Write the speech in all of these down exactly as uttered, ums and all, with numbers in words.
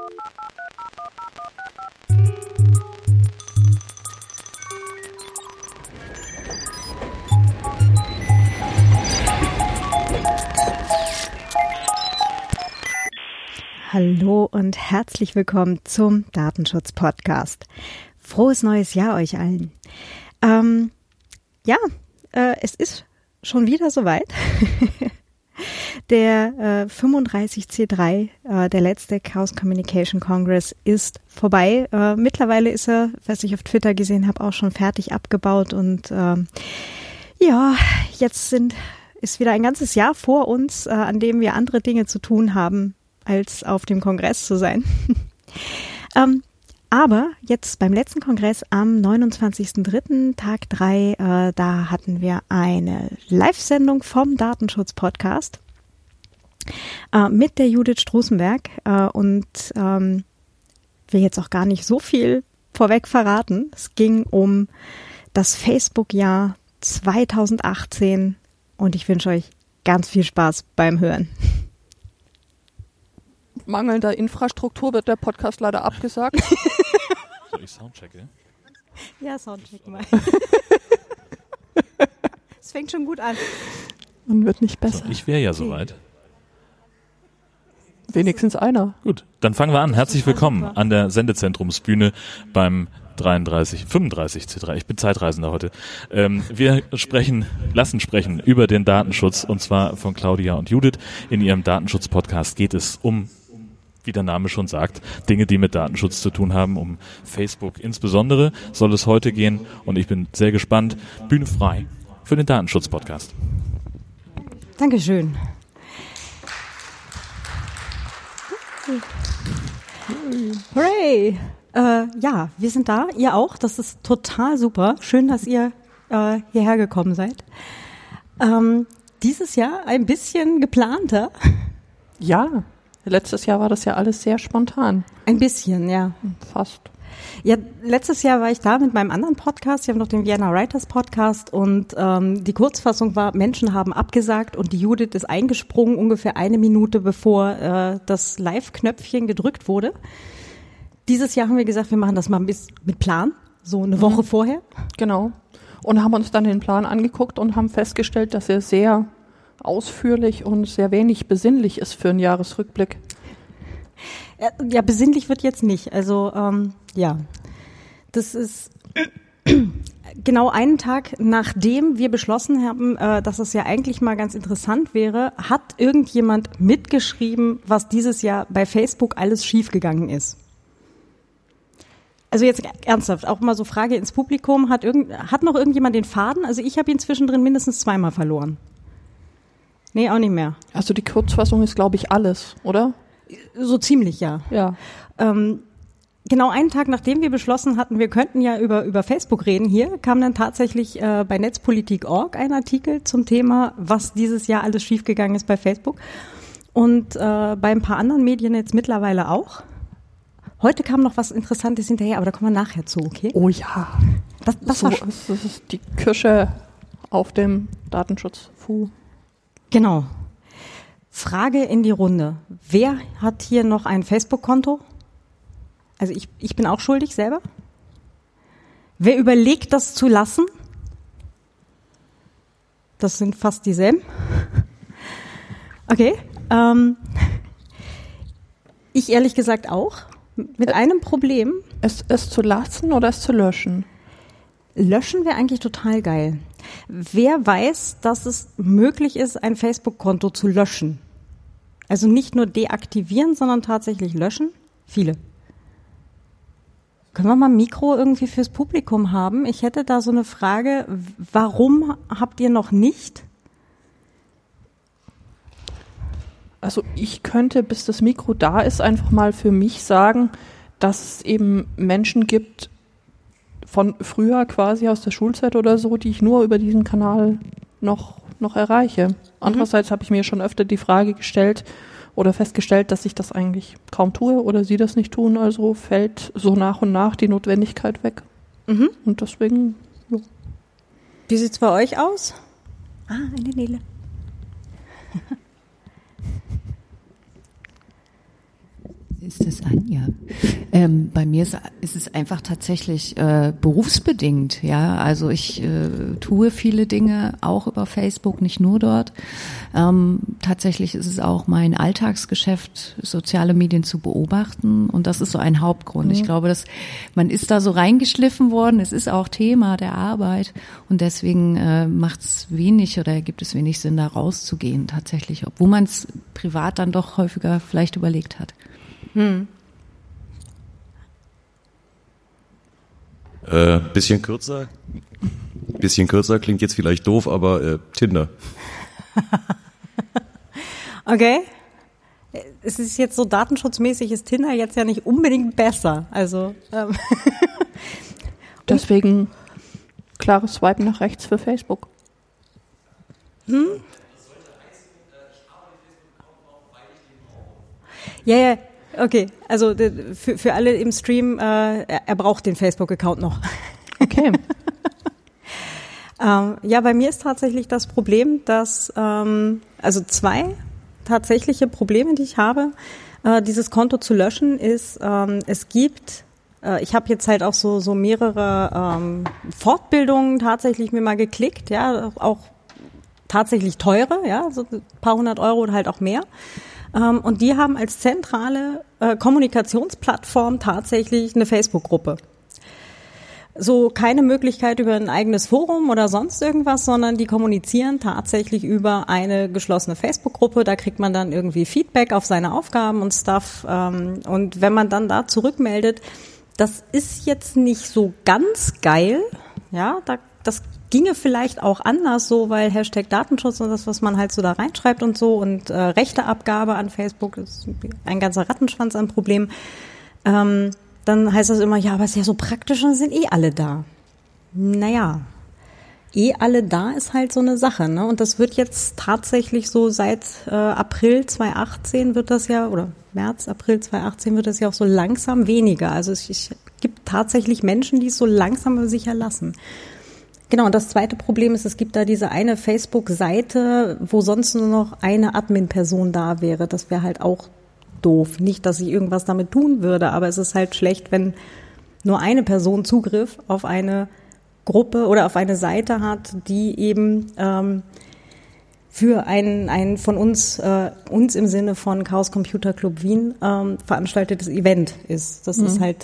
Hallo und herzlich willkommen zum Datenschutz-Podcast. Frohes neues Jahr euch allen. Ähm, ja, äh, es ist schon wieder soweit. Der äh, fünfunddreißig C drei, äh, der letzte Chaos Communication Congress, ist vorbei. Äh, mittlerweile ist er, was ich auf Twitter gesehen habe, auch schon fertig abgebaut. Und äh, ja, jetzt sind, ist wieder ein ganzes Jahr vor uns, äh, an dem wir andere Dinge zu tun haben, als auf dem Kongress zu sein. ähm, aber jetzt beim letzten Kongress am neunundzwanzigsten dritten Tag drei, äh, da hatten wir eine Live-Sendung vom Datenschutz-Podcast äh, mit der Judith Strusenberg äh, und ähm, will jetzt auch gar nicht so viel vorweg verraten. Es ging um das Facebook-Jahr zweitausendachtzehn und ich wünsche euch ganz viel Spaß beim Hören. Mangelnder Infrastruktur wird der Podcast leider abgesagt. Soll ich Soundchecke? Ja, Soundcheck mal. Es fängt schon gut an. Und wird nicht besser. So, ich wäre ja soweit. Wenigstens einer. Gut, dann fangen wir an. Herzlich willkommen an der Sendezentrumsbühne beim dreiunddreißig, fünfunddreißig C drei. Ich bin Zeitreisender heute. Ähm, wir sprechen, lassen sprechen über den Datenschutz und zwar von Claudia und Judith. In ihrem Datenschutz-Podcast geht es um, wie der Name schon sagt, Dinge, die mit Datenschutz zu tun haben, um Facebook insbesondere soll es heute gehen und ich bin sehr gespannt. Bühne frei für den Datenschutz-Podcast. Dankeschön. Hooray! Äh, ja, wir sind da, ihr auch, das ist total super. Schön, dass ihr äh, hierher gekommen seid. Ähm, dieses Jahr ein bisschen geplanter. Ja, letztes Jahr war das ja alles sehr spontan. Ein bisschen, ja. Fast. Ja, letztes Jahr war ich da mit meinem anderen Podcast, ich habe noch den Vienna Writers Podcast und ähm, die Kurzfassung war, Menschen haben abgesagt und die Judith ist eingesprungen, ungefähr eine Minute bevor äh, das Live-Knöpfchen gedrückt wurde. Dieses Jahr haben wir gesagt, wir machen das mal ein bisschen mit Plan, so eine Woche mhm. vorher. Genau. Und haben uns dann den Plan angeguckt und haben festgestellt, dass er sehr ausführlich und sehr wenig besinnlich ist für einen Jahresrückblick. Ja, besinnlich wird jetzt nicht. Also ähm, ja, das ist genau einen Tag, nachdem wir beschlossen haben, äh, dass es ja eigentlich mal ganz interessant wäre, hat irgendjemand mitgeschrieben, was dieses Jahr bei Facebook alles schiefgegangen ist. Also jetzt ernsthaft, auch mal so Frage ins Publikum, hat, irgend, hat noch irgendjemand den Faden? Also ich habe ihn zwischendrin mindestens zweimal verloren. Nee, auch nicht mehr. Also die Kurzfassung ist, glaube ich, alles, oder? So ziemlich, ja. Ja. Ähm, genau einen Tag, nachdem wir beschlossen hatten, wir könnten ja über, über Facebook reden hier, kam dann tatsächlich äh, bei netzpolitik punkt org ein Artikel zum Thema, was dieses Jahr alles schiefgegangen ist bei Facebook. Und äh, bei ein paar anderen Medien jetzt mittlerweile auch. Heute kam noch was Interessantes hinterher, aber da kommen wir nachher zu, okay? Oh ja. Das, das, so, war ist, das ist die Kirsche auf dem Datenschutz-Fu. Genau. Frage in die Runde. Wer hat hier noch ein Facebook-Konto? Also ich, ich bin auch schuldig selber. Wer überlegt, das zu lassen? Das sind fast dieselben. Okay. Ähm, ich ehrlich gesagt auch. Mit einem Problem. Es, es zu lassen oder es zu löschen? Löschen wäre eigentlich total geil. Wer weiß, dass es möglich ist, ein Facebook-Konto zu löschen? Also nicht nur deaktivieren, sondern tatsächlich löschen? Viele. Können wir mal ein Mikro irgendwie fürs Publikum haben? Ich hätte da so eine Frage, warum habt ihr noch nicht? Also ich könnte, bis das Mikro da ist, einfach mal für mich sagen, dass es eben Menschen gibt, von früher quasi aus der Schulzeit oder so, die ich nur über diesen Kanal noch, noch erreiche. Andererseits mhm. habe ich mir schon öfter die Frage gestellt oder festgestellt, dass ich das eigentlich kaum tue oder sie das nicht tun, also fällt so nach und nach die Notwendigkeit weg. Mhm. Und deswegen, ja. Wie sieht's bei euch aus? Ah, eine Nele. Ist das an? Ja. Ähm, bei mir ist, ist es einfach tatsächlich äh, berufsbedingt. Ja, also ich äh, tue viele Dinge auch über Facebook, nicht nur dort. Ähm, tatsächlich ist es auch mein Alltagsgeschäft, soziale Medien zu beobachten, und das ist so ein Hauptgrund. Mhm. Ich glaube, dass man ist da so reingeschliffen worden. Es ist auch Thema der Arbeit, und deswegen äh, macht es wenig oder gibt es wenig Sinn, da rauszugehen tatsächlich, obwohl man es privat dann doch häufiger vielleicht überlegt hat. Hm. Äh, bisschen kürzer. Bisschen kürzer, klingt jetzt vielleicht doof, aber äh, Tinder. Okay. Es ist jetzt so datenschutzmäßig, ist Tinder jetzt ja nicht unbedingt besser. Also ähm. Deswegen klares Swipen nach rechts für Facebook. Hm? Ja, ja. Okay, also für, für alle im Stream, äh, er braucht den Facebook-Account noch. Okay. ähm, ja, bei mir ist tatsächlich das Problem, dass, ähm, also zwei tatsächliche Probleme, die ich habe, äh, dieses Konto zu löschen, ist, ähm, es gibt, äh, ich habe jetzt halt auch so, so mehrere ähm, Fortbildungen tatsächlich mir mal geklickt, ja, auch tatsächlich teure, ja, so ein paar hundert Euro oder halt auch mehr. Um, und die haben als zentrale äh, Kommunikationsplattform tatsächlich eine Facebook-Gruppe. So keine Möglichkeit über ein eigenes Forum oder sonst irgendwas, sondern die kommunizieren tatsächlich über eine geschlossene Facebook-Gruppe. Da kriegt man dann irgendwie Feedback auf seine Aufgaben und Stuff. Ähm, und wenn man dann da zurückmeldet, das ist jetzt nicht so ganz geil, ja, da, das ginge vielleicht auch anders so, weil Hashtag Datenschutz und das, was man halt so da reinschreibt und so, und äh, Rechteabgabe an Facebook ist ein ganzer Rattenschwanz an Problemen. Ähm, dann heißt das immer, ja, aber es ist ja so praktisch, dann sind eh alle da. Naja, eh alle da ist halt so eine Sache, ne? Und das wird jetzt tatsächlich so seit äh, April zweitausendachtzehn wird das ja, oder März, April zweitausendachtzehn wird das ja auch so langsam weniger. Also es, es gibt tatsächlich Menschen, die es so langsam aber sicher lassen. Genau, und das zweite Problem ist, es gibt da diese eine Facebook-Seite, wo sonst nur noch eine Admin-Person da wäre. Das wäre halt auch doof. Nicht, dass ich irgendwas damit tun würde, aber es ist halt schlecht, wenn nur eine Person Zugriff auf eine Gruppe oder auf eine Seite hat, die eben ähm, für ein, ein von uns, äh, uns im Sinne von Chaos Computer Club Wien ähm, veranstaltetes Event ist. Das mhm. ist halt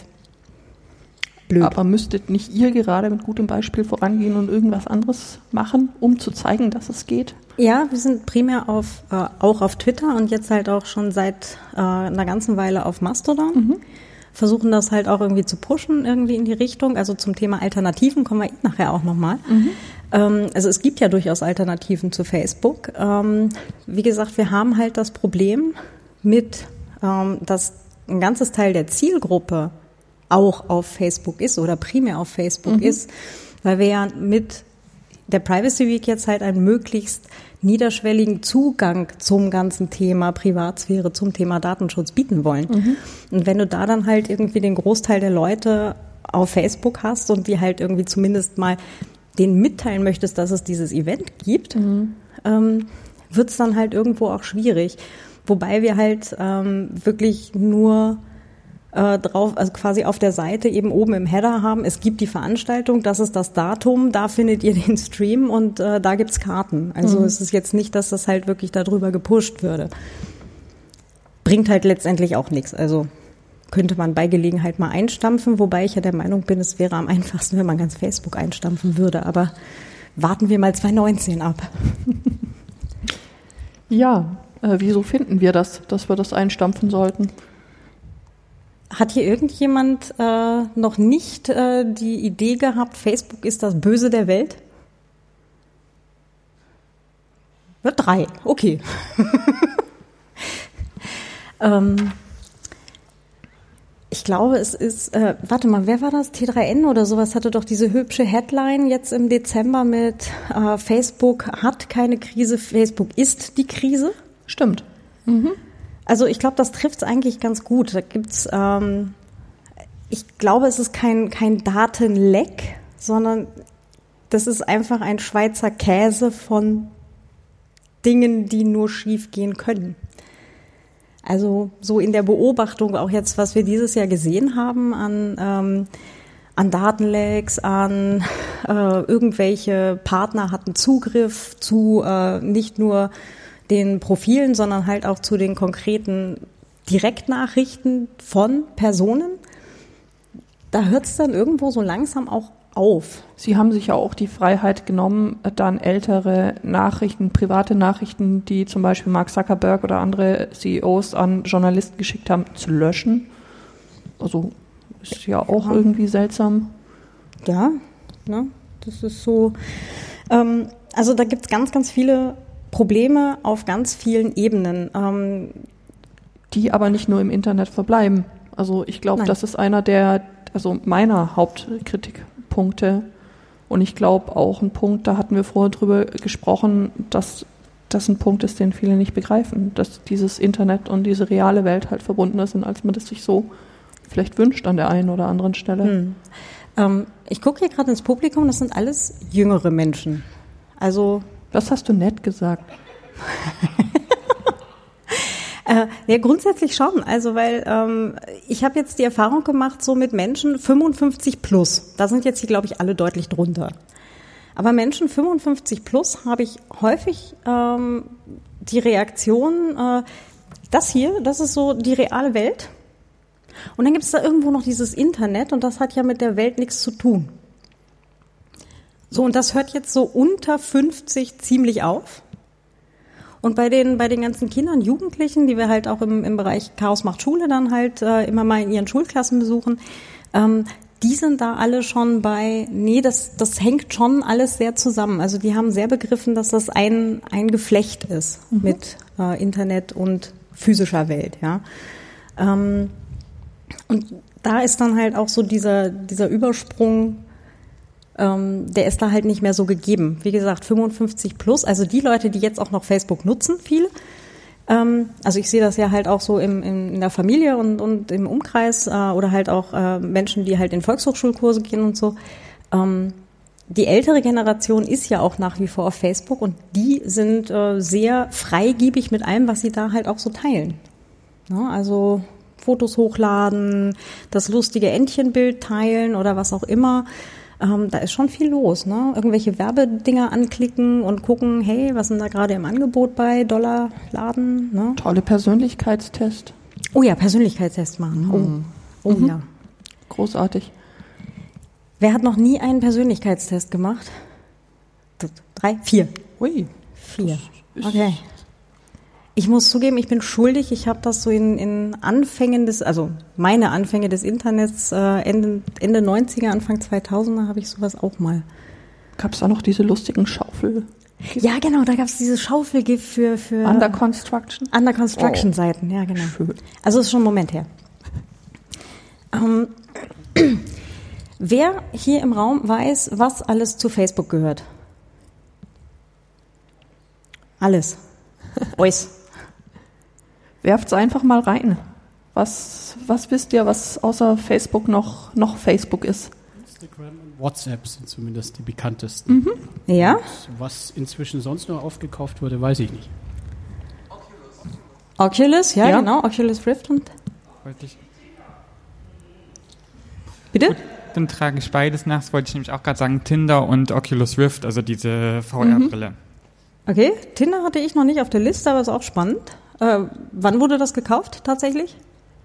blöd. Aber müsstet nicht ihr gerade mit gutem Beispiel vorangehen und irgendwas anderes machen, um zu zeigen, dass es geht? Ja, wir sind primär auf äh, auch auf Twitter und jetzt halt auch schon seit äh, einer ganzen Weile auf Mastodon. Mhm. Versuchen das halt auch irgendwie zu pushen, irgendwie in die Richtung. Also zum Thema Alternativen kommen wir nachher auch nochmal. Mhm. Ähm, also es gibt ja durchaus Alternativen zu Facebook. Ähm, wie gesagt, wir haben halt das Problem mit, ähm, dass ein ganzes Teil der Zielgruppe auch auf Facebook ist oder primär auf Facebook mhm. ist, weil wir ja mit der Privacy Week jetzt halt einen möglichst niederschwelligen Zugang zum ganzen Thema Privatsphäre, zum Thema Datenschutz bieten wollen. Mhm. Und wenn du da dann halt irgendwie den Großteil der Leute auf Facebook hast und die halt irgendwie zumindest mal denen mitteilen möchtest, dass es dieses Event gibt, mhm. ähm, wird es dann halt irgendwo auch schwierig. Wobei wir halt ähm, wirklich nur drauf, also quasi auf der Seite eben oben im Header haben, es gibt die Veranstaltung, das ist das Datum, da findet ihr den Stream und äh, da gibt's Karten. Also mhm. es ist jetzt nicht, dass das halt wirklich darüber gepusht würde. Bringt halt letztendlich auch nichts. Also könnte man bei Gelegenheit mal einstampfen, wobei ich ja der Meinung bin, es wäre am einfachsten, wenn man ganz Facebook einstampfen würde. Aber warten wir mal zwanzig neunzehn ab. Ja, äh, wieso finden wir das, dass wir das einstampfen sollten? Hat hier irgendjemand äh, noch nicht äh, die Idee gehabt, Facebook ist das Böse der Welt? Ja, drei, okay. ähm, ich glaube, es ist, äh, warte mal, wer war das? T drei N oder sowas hatte doch diese hübsche Headline jetzt im Dezember mit äh, Facebook hat keine Krise, Facebook ist die Krise. Stimmt. Mhm. Also ich glaube, das trifft es eigentlich ganz gut. Da gibt's, ähm, ich glaube, es ist kein kein Datenleck, sondern das ist einfach ein Schweizer Käse von Dingen, die nur schief gehen können. Also so in der Beobachtung auch jetzt, was wir dieses Jahr gesehen haben an ähm, an Datenlecks, an äh, irgendwelche Partner hatten Zugriff zu äh, nicht nur den Profilen, sondern halt auch zu den konkreten Direktnachrichten von Personen. Da hört es dann irgendwo so langsam auch auf. Sie haben sich ja auch die Freiheit genommen, dann ältere Nachrichten, private Nachrichten, die zum Beispiel Mark Zuckerberg oder andere C E Os an Journalisten geschickt haben, zu löschen. Also ist ja auch ja. irgendwie seltsam. Ja, ne, das ist so. Ähm, also da gibt es ganz, ganz viele Probleme auf ganz vielen Ebenen. Ähm, die aber nicht nur im Internet verbleiben. Also ich glaube, das ist einer der, also meiner Hauptkritikpunkte. Und ich glaube auch ein Punkt, da hatten wir vorher drüber gesprochen, dass das ein Punkt ist, den viele nicht begreifen, dass dieses Internet und diese reale Welt halt verbundener sind, als man das sich so vielleicht wünscht an der einen oder anderen Stelle. Hm. Ähm, ich gucke hier gerade ins Publikum, das sind alles jüngere Menschen. Also das hast du nett gesagt. äh, ja, grundsätzlich schon. Also weil ähm, ich habe jetzt die Erfahrung gemacht, so mit Menschen fünfundfünfzig plus. Da sind jetzt hier, glaube ich, alle deutlich drunter. Aber Menschen fünfundfünfzig plus habe ich häufig ähm, die Reaktion, äh, das hier, das ist so die reale Welt. Und dann gibt es da irgendwo noch dieses Internet und das hat ja mit der Welt nichts zu tun. So, und das hört jetzt so unter fünfzig ziemlich auf. Und bei den, bei den ganzen Kindern, Jugendlichen, die wir halt auch im, im Bereich Chaos macht Schule dann halt äh, immer mal in ihren Schulklassen besuchen, ähm, die sind da alle schon bei, nee, das, das hängt schon alles sehr zusammen. Also die haben sehr begriffen, dass das ein, ein Geflecht ist mhm. mit äh, Internet und physischer Welt, ja. Ähm, und da ist dann halt auch so dieser, dieser Übersprung, ähm, der ist da halt nicht mehr so gegeben. Wie gesagt, fünfundfünfzig plus, also die Leute, die jetzt auch noch Facebook nutzen, viele. Ähm, also ich sehe das ja halt auch so im, im, in der Familie und, und im Umkreis äh, oder halt auch äh, Menschen, die halt in Volkshochschulkurse gehen und so. Ähm, die ältere Generation ist ja auch nach wie vor auf Facebook und die sind äh, sehr freigiebig mit allem, was sie da halt auch so teilen. Ja, also Fotos hochladen, das lustige Entchenbild teilen oder was auch immer. Ähm, da ist schon viel los, ne? Irgendwelche Werbedinger anklicken und gucken, hey, was sind da gerade im Angebot bei Dollarladen, ne? Tolle Persönlichkeitstest. Oh ja, Persönlichkeitstest machen. Mhm. Oh, oh mhm. ja. Großartig. Wer hat noch nie einen Persönlichkeitstest gemacht? Drei? Vier? Ui. Vier. Okay. Ich muss zugeben, ich bin schuldig. Ich habe das so in, in Anfängen des, also meine Anfänge des Internets, äh, Ende, Ende neunziger, Anfang zweitausender habe ich sowas auch mal. Gab es da noch diese lustigen Schaufel? Ja, genau, da gab es diese Schaufelgift für, für Under Construction? Under Construction Seiten, ja, genau. Schön. Also ist schon ein Moment her. Ähm, wer hier im Raum weiß, was alles zu Facebook gehört? Alles. Ois. Werft's einfach mal rein. Was, was wisst ihr, was außer Facebook noch, noch Facebook ist? Instagram und WhatsApp sind zumindest die bekanntesten. Mhm. Ja. Und was inzwischen sonst noch aufgekauft wurde, weiß ich nicht. Oculus, Oculus ja, ja, genau. Oculus Rift und... Bitte? Gut, dann trage ich beides nach. Das wollte ich nämlich auch gerade sagen. Tinder und Oculus Rift, also diese V R-Brille. Mhm. Okay, Tinder hatte ich noch nicht auf der Liste, aber ist auch spannend. Äh, wann wurde das gekauft tatsächlich?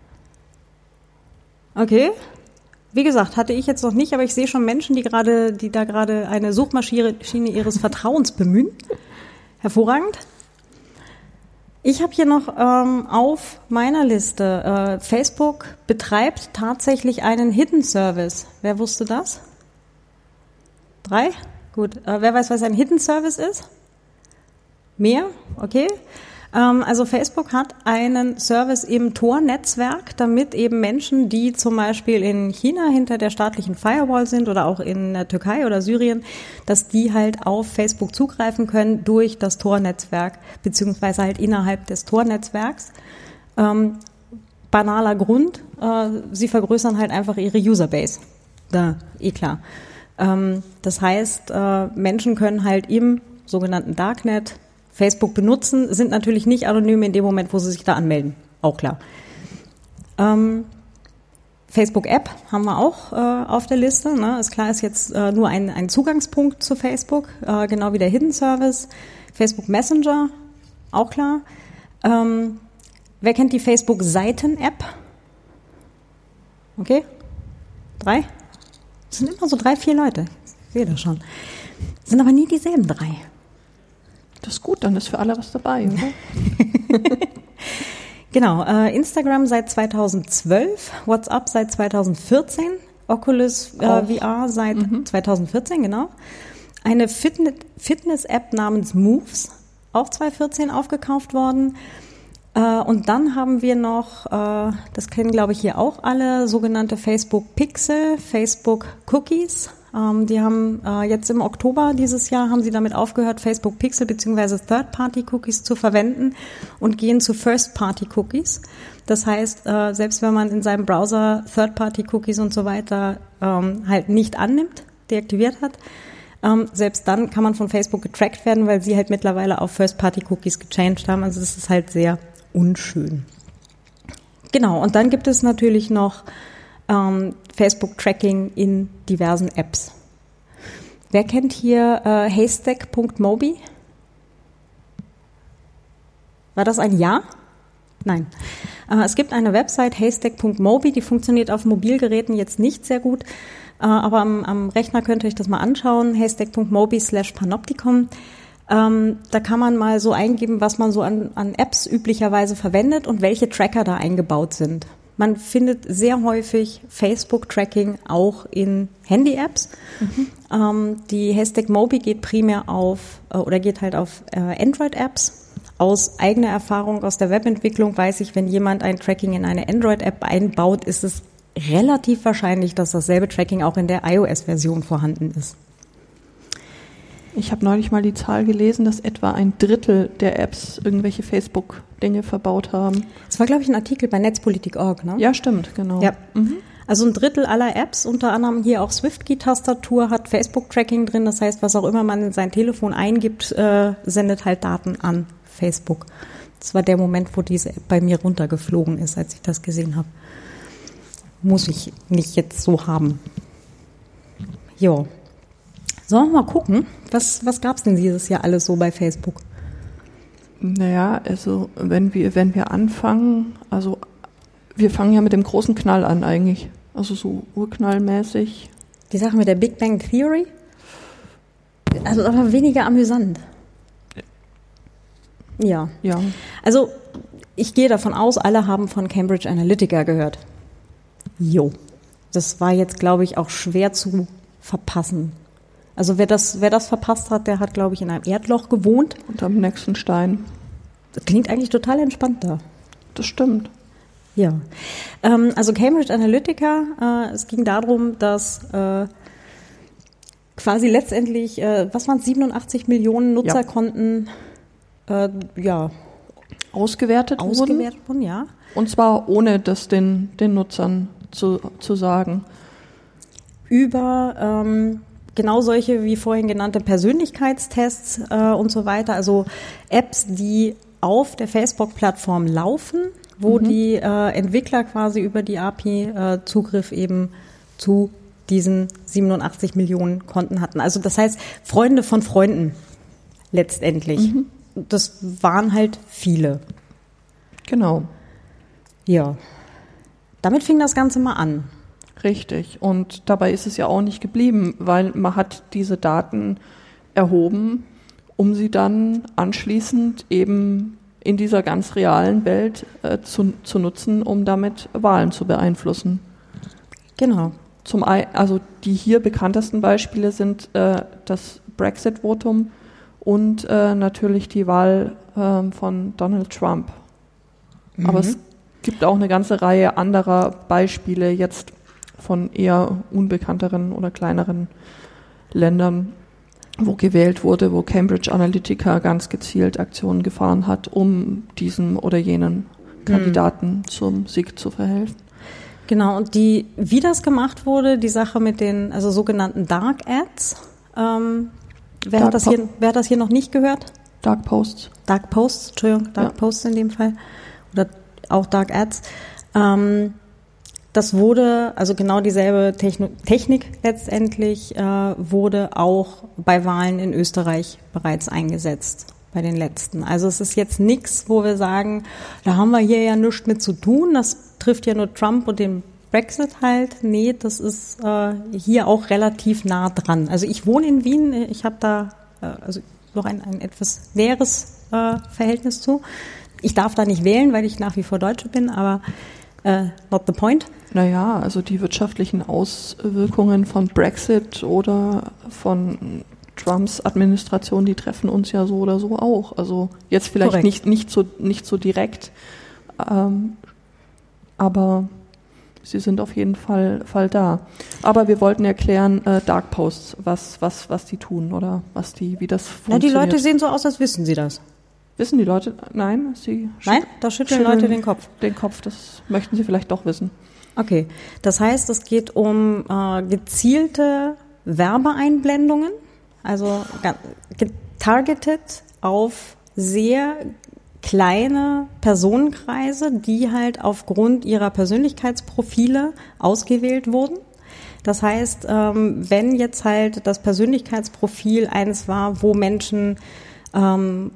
Okay. Wie gesagt, hatte ich jetzt noch nicht, aber ich sehe schon Menschen, die gerade, die da gerade eine Suchmaschine ihres Vertrauens bemühen. Hervorragend. Ich habe hier noch ähm, auf meiner Liste, äh, Facebook betreibt tatsächlich einen Hidden Service. Wer wusste das? Drei? Gut. Äh, wer weiß, was ein Hidden Service ist? Mehr? Okay. Also Facebook hat einen Service im Tor-Netzwerk, damit eben Menschen, die zum Beispiel in China hinter der staatlichen Firewall sind oder auch in der Türkei oder Syrien, dass die halt auf Facebook zugreifen können durch das Tor-Netzwerk, beziehungsweise halt innerhalb des Tor-Netzwerks. Ähm, banaler Grund, äh, sie vergrößern halt einfach ihre Userbase. Da, eh klar. Ähm, das heißt, äh, Menschen können halt im sogenannten Darknet Facebook benutzen, sind natürlich nicht anonym in dem Moment, wo sie sich da anmelden. auch klar. Ähm, Facebook-App haben wir auch äh, auf der Liste. Ne? Ist klar, ist jetzt äh, nur ein, ein Zugangspunkt zu Facebook, äh, genau wie der Hidden Service. Facebook Messenger, auch klar. Ähm, wer kennt die Facebook-Seiten-App? Okay, drei? Das sind immer so drei, vier Leute. Ich sehe das schon. Das sind aber nie dieselben drei. Das ist gut, dann ist für alle was dabei, oder? Genau, äh, Instagram seit zweitausendzwölf, WhatsApp seit zweitausendvierzehn, Oculus äh, V R seit mhm. zweitausendvierzehn, genau. Eine Fitness- Fitness-App namens Moves, auch zweitausendvierzehn aufgekauft worden. Äh, und dann haben wir noch, äh, das kennen glaube ich hier auch alle, sogenannte Facebook Pixel, Facebook Cookies. Ähm, die haben äh, jetzt im Oktober dieses Jahr haben sie damit aufgehört, Facebook Pixel bzw. Third-Party-Cookies zu verwenden und gehen zu First-Party-Cookies. Das heißt, äh, selbst wenn man in seinem Browser Third-Party-Cookies und so weiter ähm, halt nicht annimmt, deaktiviert hat, ähm, selbst dann kann man von Facebook getrackt werden, weil sie halt mittlerweile auf First-Party-Cookies gechanged haben. Also das ist halt sehr unschön. Genau, und dann gibt es natürlich noch ähm, Facebook-Tracking in diversen Apps. Wer kennt hier äh, haystack Punkt mobi? War das ein Ja? Nein. Äh, es gibt eine Website, haystack Punkt mobi, die funktioniert auf Mobilgeräten jetzt nicht sehr gut, äh, aber am, am Rechner könnt ihr euch das mal anschauen, haystack Punkt mobi slash panopticon. Ähm, da kann man mal so eingeben, was man so an, an Apps üblicherweise verwendet und welche Tracker da eingebaut sind. Man findet sehr häufig Facebook-Tracking auch in Handy-Apps. Mhm. Ähm, die Haystack Mobi geht primär auf äh, oder geht halt auf äh, Android-Apps. Aus eigener Erfahrung aus der Webentwicklung weiß ich, wenn jemand ein Tracking in eine Android-App einbaut, ist es relativ wahrscheinlich, dass dasselbe Tracking auch in der iOS-Version vorhanden ist. Ich habe neulich mal die Zahl gelesen, dass etwa ein Drittel der Apps irgendwelche Facebook-Dinge verbaut haben. Das war, glaube ich, ein Artikel bei netzpolitik Punkt org, ne? Ja, stimmt, genau. Ja. Mhm. Also ein Drittel aller Apps, unter anderem hier auch SwiftKey-Tastatur, hat Facebook-Tracking drin. Das heißt, was auch immer man in sein Telefon eingibt, äh, sendet halt Daten an Facebook. Das war der Moment, wo diese App bei mir runtergeflogen ist, als ich das gesehen habe. Muss ich nicht jetzt so haben. Jo. Sollen wir mal gucken, was, was gab es denn dieses Jahr alles so bei Facebook? Naja, also wenn wir, wenn wir anfangen, also wir fangen ja mit dem großen Knall an eigentlich, also so urknallmäßig. Die Sache mit der Big Bang Theory? Also aber weniger amüsant. Ja. Ja. Also ich gehe davon aus, alle haben von Cambridge Analytica gehört. Jo. Das war jetzt, glaube ich, auch schwer zu verpassen. Also wer das, wer das verpasst hat, der hat, glaube ich, in einem Erdloch gewohnt. Und am nächsten Stein. Das klingt eigentlich total entspannt da. Das stimmt. Ja. Ähm, also Cambridge Analytica, äh, es ging darum, dass äh, quasi letztendlich, äh, was waren es, siebenundachtzig Millionen Nutzerkonten ja. Äh, ja, ausgewertet, ausgewertet wurden. wurden. Ja. Und zwar ohne das den, den Nutzern zu, zu sagen. Über ähm, genau solche wie vorhin genannte Persönlichkeitstests äh, und so weiter, also Apps, die auf der Facebook-Plattform laufen, wo mhm. die äh, Entwickler quasi über die A P I äh, Zugriff eben zu diesen siebenundachtzig Millionen Konten hatten. Also das heißt, Freunde von Freunden letztendlich. Mhm. Das waren halt viele. Genau. Ja. Damit fing das Ganze mal an. Richtig. Und dabei ist es ja auch nicht geblieben, weil man hat diese Daten erhoben, um sie dann anschließend eben in dieser ganz realen Welt äh, zu, zu nutzen, um damit Wahlen zu beeinflussen. Genau. Zum ein, also die hier bekanntesten Beispiele sind äh, das Brexit-Votum und äh, natürlich die Wahl äh, von Donald Trump. Mhm. Aber es gibt auch eine ganze Reihe anderer Beispiele jetzt von eher unbekannteren oder kleineren Ländern, wo gewählt wurde, wo Cambridge Analytica ganz gezielt Aktionen gefahren hat, um diesem oder jenen Kandidaten mhm. zum Sieg zu verhelfen. Genau, und die, wie das gemacht wurde, die Sache mit den also sogenannten Dark Ads, ähm, wer, Dark hat das hier, wer hat das hier noch nicht gehört? Dark Posts. Dark Posts, Entschuldigung, Dark ja. Posts in dem Fall. Oder auch Dark Ads. Ähm, das wurde, also genau dieselbe Techno- Technik letztendlich, äh, wurde auch bei Wahlen in Österreich bereits eingesetzt, bei den letzten. Also es ist jetzt nichts, wo wir sagen, da haben wir hier ja nichts mit zu tun, das trifft ja nur Trump und den Brexit halt. Nee, das ist äh, hier auch relativ nah dran. Also ich wohne in Wien, ich habe da äh, also noch ein, ein etwas näheres äh, Verhältnis zu. Ich darf da nicht wählen, weil ich nach wie vor Deutsche bin, aber äh, not the point. Naja, also die wirtschaftlichen Auswirkungen von Brexit oder von Trumps Administration, die treffen uns ja so oder so auch. Also jetzt vielleicht Korrekt. nicht nicht so nicht so direkt, ähm, aber sie sind auf jeden Fall Fall da. Aber wir wollten erklären, äh, Dark Posts, was was was die tun oder was die wie das funktioniert. Na, die Leute sehen so aus, als wissen sie das. Wissen die Leute? Nein, sie Nein, da schütteln Leute den Kopf. Den Kopf, das möchten sie vielleicht doch wissen. Okay, das heißt, es geht um äh, gezielte Werbeeinblendungen, also getargetet auf sehr kleine Personenkreise, die halt aufgrund ihrer Persönlichkeitsprofile ausgewählt wurden. Das heißt, ähm, wenn jetzt halt das Persönlichkeitsprofil eines war, wo Menschen ähm,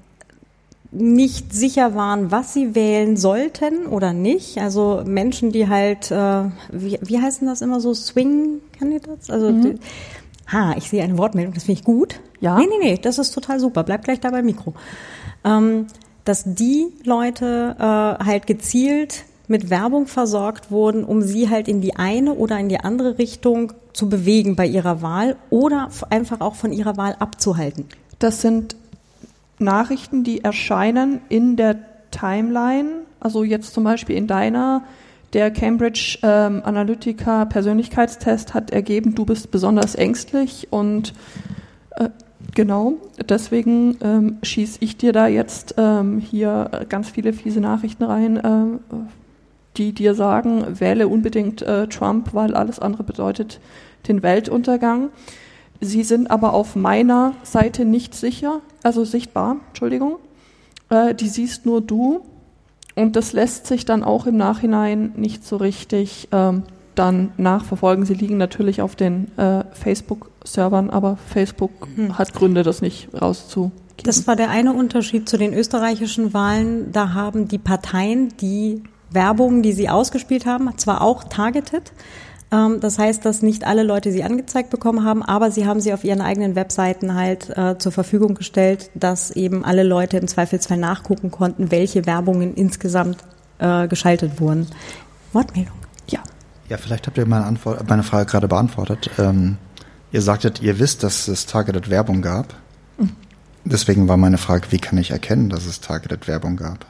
nicht sicher waren, was sie wählen sollten oder nicht. Also Menschen, die halt, äh, wie, wie heißen das immer so, Swing-Candidates? Also, mhm. die, ha, ich sehe eine Wortmeldung, das finde ich gut. Ja. Nee, nee, nee, das ist total super. Bleib gleich da beim Mikro. Ähm, dass die Leute äh, halt gezielt mit Werbung versorgt wurden, um sie halt in die eine oder in die andere Richtung zu bewegen bei ihrer Wahl oder einfach auch von ihrer Wahl abzuhalten. Das sind Nachrichten, die erscheinen in der Timeline, also jetzt zum Beispiel in deiner, der Cambridge ähm, Analytica Persönlichkeitstest hat ergeben, du bist besonders ängstlich und äh, genau, deswegen ähm, schieße ich dir da jetzt ähm, hier ganz viele fiese Nachrichten rein, äh, die dir sagen, wähle unbedingt äh, Trump, weil alles andere bedeutet den Weltuntergang. Sie sind aber auf meiner Seite nicht sicher, also sichtbar, Entschuldigung. Äh, die siehst nur du und das lässt sich dann auch im Nachhinein nicht so richtig ähm, dann nachverfolgen. Sie liegen natürlich auf den äh, Facebook-Servern, aber Facebook hm. hat Gründe, das nicht rauszugeben. Das war der eine Unterschied zu den österreichischen Wahlen. Da haben die Parteien die Werbung, die sie ausgespielt haben, zwar auch targeted. Das heißt, dass nicht alle Leute sie angezeigt bekommen haben, aber sie haben sie auf ihren eigenen Webseiten halt äh, zur Verfügung gestellt, dass eben alle Leute im Zweifelsfall nachgucken konnten, welche Werbungen insgesamt äh, geschaltet wurden. Wortmeldung. Ja. Ja, vielleicht habt ihr meine, Antwort, meine Frage gerade beantwortet. Ähm, ihr sagtet, ihr wisst, dass es Targeted Werbung gab. Mhm. Deswegen war meine Frage, wie kann ich erkennen, dass es Targeted Werbung gab?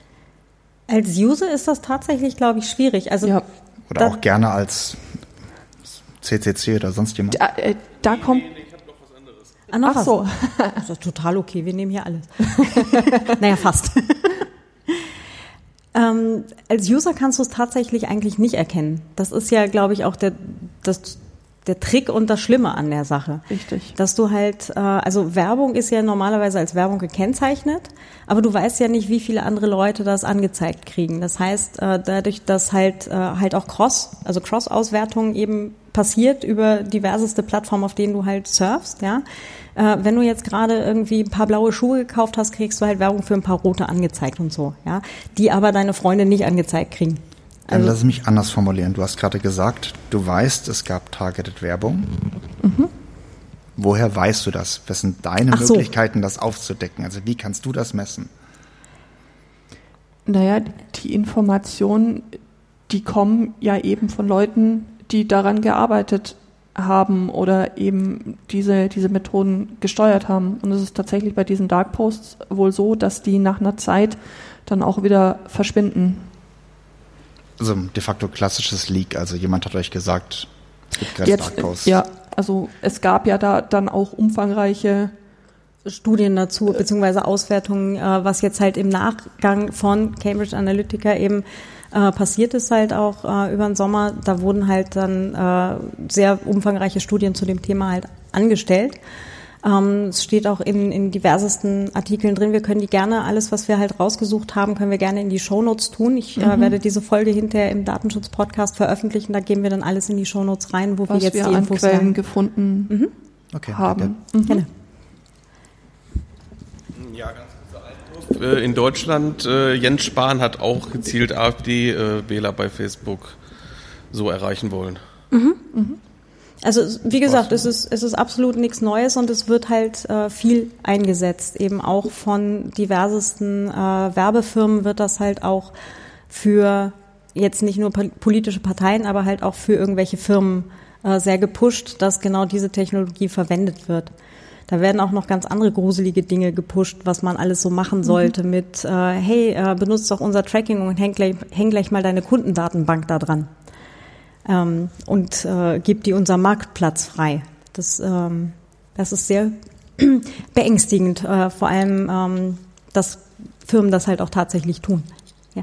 Als User ist das tatsächlich, glaube ich, schwierig. Also ja. Oder auch gerne als C C C oder sonst jemand. Da, äh, da kommt. Ich habe noch was anderes. Ah, noch Ach was? so. Das ist total okay, wir nehmen hier alles. Naja, fast. ähm, als User kannst du es tatsächlich eigentlich nicht erkennen. Das ist ja, glaube ich, auch der, das, der Trick und das Schlimme an der Sache. Richtig. Dass du halt, äh, also Werbung ist ja normalerweise als Werbung gekennzeichnet, aber du weißt ja nicht, wie viele andere Leute das angezeigt kriegen. Das heißt, äh, dadurch, dass halt äh, halt auch Cross, also Cross-Auswertung eben passiert über diverseste Plattformen, auf denen du halt surfst, ja. Äh, wenn du jetzt gerade irgendwie ein paar blaue Schuhe gekauft hast, kriegst du halt Werbung für ein paar rote angezeigt und so, ja, die aber deine Freunde nicht angezeigt kriegen. Dann lass es mich anders formulieren. Du hast gerade gesagt, du weißt, es gab Targeted Werbung. Mhm. Woher weißt du das? Was sind deine Ach so. Möglichkeiten, das aufzudecken? Also wie kannst du das messen? Naja, die Informationen, die kommen ja eben von Leuten, die daran gearbeitet haben oder eben diese, diese Methoden gesteuert haben. Und es ist tatsächlich bei diesen Dark Posts wohl so, dass die nach einer Zeit dann auch wieder verschwinden. Also de facto klassisches Leak. Also jemand hat euch gesagt, es gibt gerade Dark Posts. Ja, also es gab ja da dann auch umfangreiche Studien dazu, beziehungsweise Auswertungen, äh, was jetzt halt im Nachgang von Cambridge Analytica eben äh, passiert ist halt auch äh, über den Sommer. Da wurden halt dann äh, sehr umfangreiche Studien zu dem Thema halt angestellt. Ähm, es steht auch in, in diversesten Artikeln drin. Wir können die gerne, alles, was wir halt rausgesucht haben, können wir gerne in die Shownotes tun. Ich mhm. äh, werde diese Folge hinterher im Datenschutz-Podcast veröffentlichen. Da geben wir dann alles in die Shownotes rein, wo was wir jetzt wir die an Infos Quellen haben. gefunden Mhm. Okay, haben. Mhm. Gerne. Ja, ganz kurzer Einwurf. In Deutschland, äh, Jens Spahn hat auch gezielt AfD-Wähler bei Facebook so erreichen wollen. Mhm. Mhm. Also wie gesagt, es ist, es ist absolut nichts Neues und es wird halt äh, viel eingesetzt. Eben auch von diversesten äh, Werbefirmen wird das halt auch für jetzt nicht nur politische Parteien, aber halt auch für irgendwelche Firmen äh, sehr gepusht, dass genau diese Technologie verwendet wird. Da werden auch noch ganz andere gruselige Dinge gepusht, was man alles so machen sollte mhm. mit, äh, hey, äh, benutzt doch unser Tracking und häng gleich, häng gleich mal deine Kundendatenbank da dran. Ähm, und äh, gibt die unser Marktplatz frei. Das, ähm, das ist sehr beängstigend, äh, vor allem, ähm, dass Firmen das halt auch tatsächlich tun. Ja.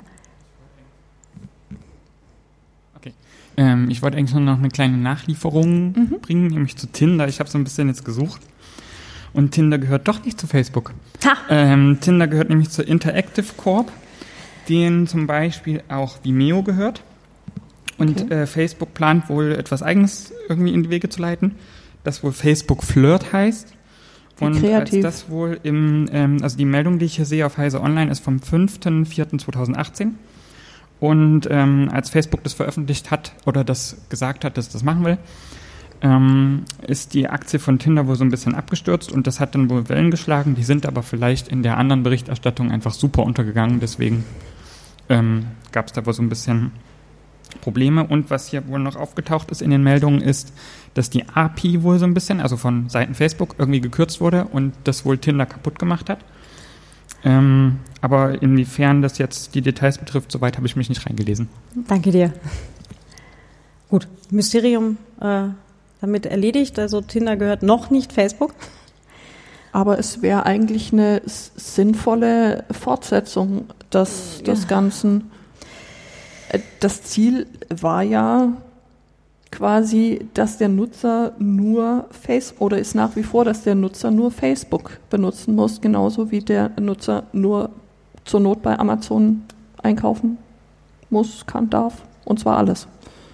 Okay. Ähm, ich wollte eigentlich nur noch eine kleine Nachlieferung mhm. bringen, nämlich zu Tinder. Ich habe so ein bisschen jetzt gesucht. Und Tinder gehört doch nicht zu Facebook. Ha. Ähm, Tinder gehört nämlich zur Interactive Corp, denen zum Beispiel auch Vimeo gehört. Und okay. äh, Facebook plant wohl etwas Eigenes irgendwie in die Wege zu leiten, das wohl Facebook Flirt heißt. Wie und kreativ. als das wohl im, ähm, also die Meldung, die ich hier sehe auf Heise Online, ist vom fünften vierten zweitausendachtzehn. Und ähm, als Facebook das veröffentlicht hat oder das gesagt hat, dass das machen will, ähm, ist die Aktie von Tinder wohl so ein bisschen abgestürzt und das hat dann wohl Wellen geschlagen. Die sind aber vielleicht in der anderen Berichterstattung einfach super untergegangen. Deswegen ähm, gab es da wohl so ein bisschen Probleme. Und was hier wohl noch aufgetaucht ist in den Meldungen ist, dass die A P I wohl so ein bisschen, also von Seiten Facebook, irgendwie gekürzt wurde und das wohl Tinder kaputt gemacht hat. Ähm, aber inwiefern das jetzt die Details betrifft, soweit habe ich mich nicht reingelesen. Danke dir. Gut, Mysterium äh, damit erledigt. Also Tinder gehört noch nicht Facebook. Aber es wäre eigentlich eine s- sinnvolle Fortsetzung des, des ja. Ganzen. Das Ziel war ja quasi, dass der Nutzer nur Facebook, oder ist nach wie vor, dass der Nutzer nur Facebook benutzen muss, genauso wie der Nutzer nur zur Not bei Amazon einkaufen muss, kann, darf, und zwar alles.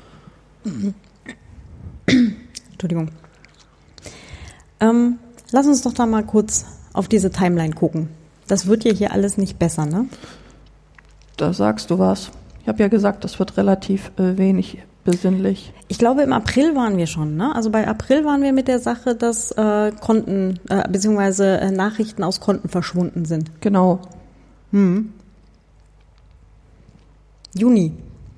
Entschuldigung. Ähm, lass uns doch da mal kurz auf diese Timeline gucken. Das wird ja hier alles nicht besser, ne? Da sagst du was. Ich habe ja gesagt, das wird relativ äh, wenig besinnlich. Ich glaube, im April waren wir schon, ne? Also bei April waren wir mit der Sache, dass äh, Konten, äh, beziehungsweise äh, Nachrichten aus Konten verschwunden sind. Genau. Hm. Juni.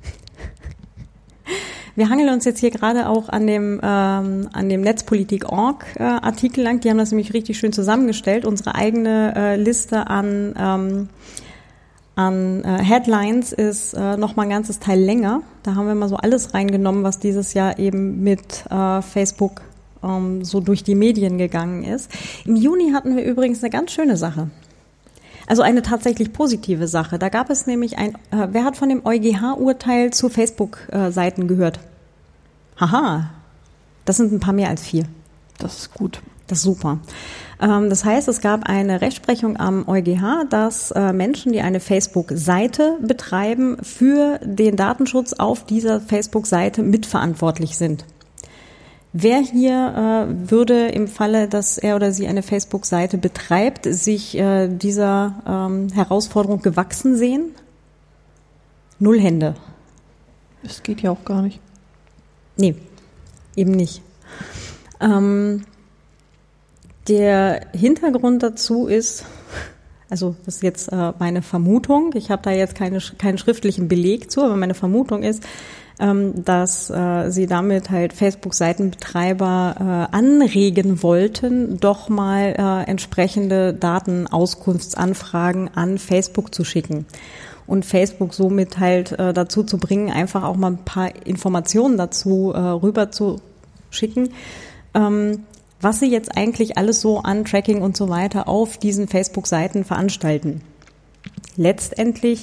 Wir hangeln uns jetzt hier gerade auch an dem ähm, an dem Netzpolitik Punkt org äh, Artikel lang. Die haben das nämlich richtig schön zusammengestellt. Unsere eigene äh, Liste an ähm, an äh, Headlines ist äh, noch mal ein ganzes Teil länger. Da haben wir mal so alles reingenommen, was dieses Jahr eben mit äh, Facebook ähm, so durch die Medien gegangen ist. Im Juni hatten wir übrigens eine ganz schöne Sache. Also eine tatsächlich positive Sache. Da gab es nämlich ein, äh, wer hat von dem EuGH-Urteil zu Facebook-Seiten äh, gehört? Haha, das sind ein paar mehr als vier. Das ist gut. Das ist super. Ähm, das heißt, es gab eine Rechtsprechung am EuGH, dass äh, Menschen, die eine Facebook-Seite betreiben, für den Datenschutz auf dieser Facebook-Seite mitverantwortlich sind. Wer hier äh, würde im Falle, dass er oder sie eine Facebook-Seite betreibt, sich äh, dieser ähm, Herausforderung gewachsen sehen? Null Hände. Das geht ja auch gar nicht. Nee, eben nicht. Ähm, der Hintergrund dazu ist, also das ist jetzt äh, meine Vermutung, ich habe da jetzt keine, keinen schriftlichen Beleg zu, aber meine Vermutung ist, ähm, dass äh, sie damit halt Facebook-Seitenbetreiber äh, anregen wollten, doch mal äh, entsprechende Datenauskunftsanfragen an Facebook zu schicken. Und Facebook somit halt äh, dazu zu bringen, einfach auch mal ein paar Informationen dazu äh, rüber zu schicken, ähm, was sie jetzt eigentlich alles so an Tracking und so weiter auf diesen Facebook-Seiten veranstalten. Letztendlich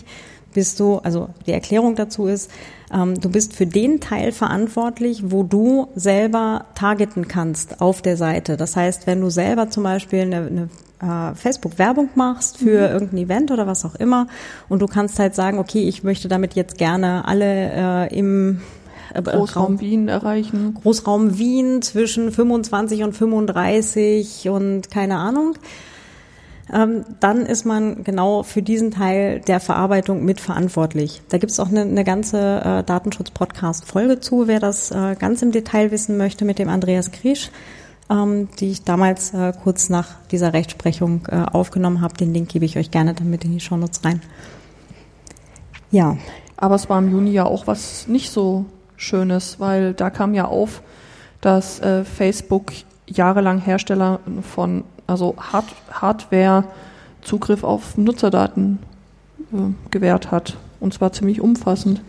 bist du, also die Erklärung dazu ist, ähm, du bist für den Teil verantwortlich, wo du selber targeten kannst auf der Seite. Das heißt, wenn du selber zum Beispiel eine, eine äh, Facebook-Werbung machst für mhm. irgendein Event oder was auch immer und du kannst halt sagen, okay, ich möchte damit jetzt gerne alle äh, im Großraum Wien erreichen. Großraum Wien zwischen fünfundzwanzig und fünfunddreißig und keine Ahnung. Ähm, dann ist man genau für diesen Teil der Verarbeitung mitverantwortlich. Da gibt es auch eine, eine ganze äh, Datenschutz-Podcast-Folge zu, wer das äh, ganz im Detail wissen möchte, mit dem Andreas Kriesch, ähm, die ich damals äh, kurz nach dieser Rechtsprechung äh, aufgenommen habe. Den Link gebe ich euch gerne dann mit in die Shownotes rein. Ja. Aber es war im Juni ja auch was nicht so Schönes, weil da kam ja auf, dass äh, Facebook jahrelang Hersteller von, also Hard- Hardware Zugriff auf Nutzerdaten äh, gewährt hat. Und zwar ziemlich umfassend.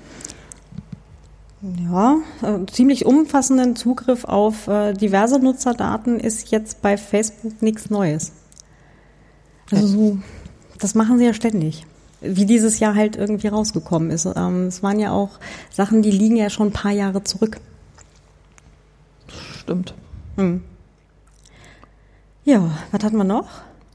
Ja, äh, ziemlich umfassenden Zugriff auf äh, diverse Nutzerdaten ist jetzt bei Facebook nichts Neues. Also so, das machen sie ja ständig. Wie dieses Jahr halt irgendwie rausgekommen ist. Ähm, es waren ja auch Sachen, die liegen ja schon ein paar Jahre zurück. Stimmt. Hm. Ja, was hatten wir noch?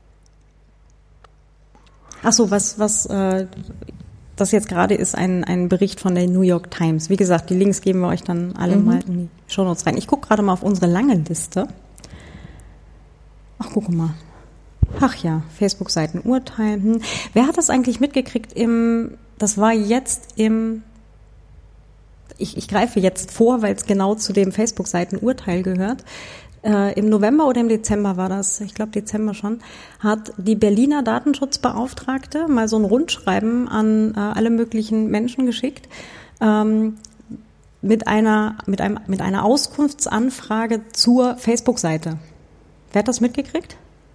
Ach so, was, was äh, das jetzt gerade ist, ein, ein Bericht von der New York Times. Wie gesagt, die Links geben wir euch dann alle mhm. mal in die Shownotes rein. Ich gucke gerade mal auf unsere lange Liste. Ach, guck mal. Ach ja, Facebook-Seiten urteilen. Hm. Wer hat das eigentlich mitgekriegt im, das war jetzt im, ich, ich greife jetzt vor, weil es genau zu dem Facebook-Seiten-Urteil gehört. Äh, im November oder im Dezember war das, ich glaube Dezember schon, hat die Berliner Datenschutzbeauftragte mal so ein Rundschreiben an äh, alle möglichen Menschen geschickt, ähm, mit einer, mit einem, mit einer Auskunftsanfrage zur Facebook-Seite. Wer hat das mitgekriegt?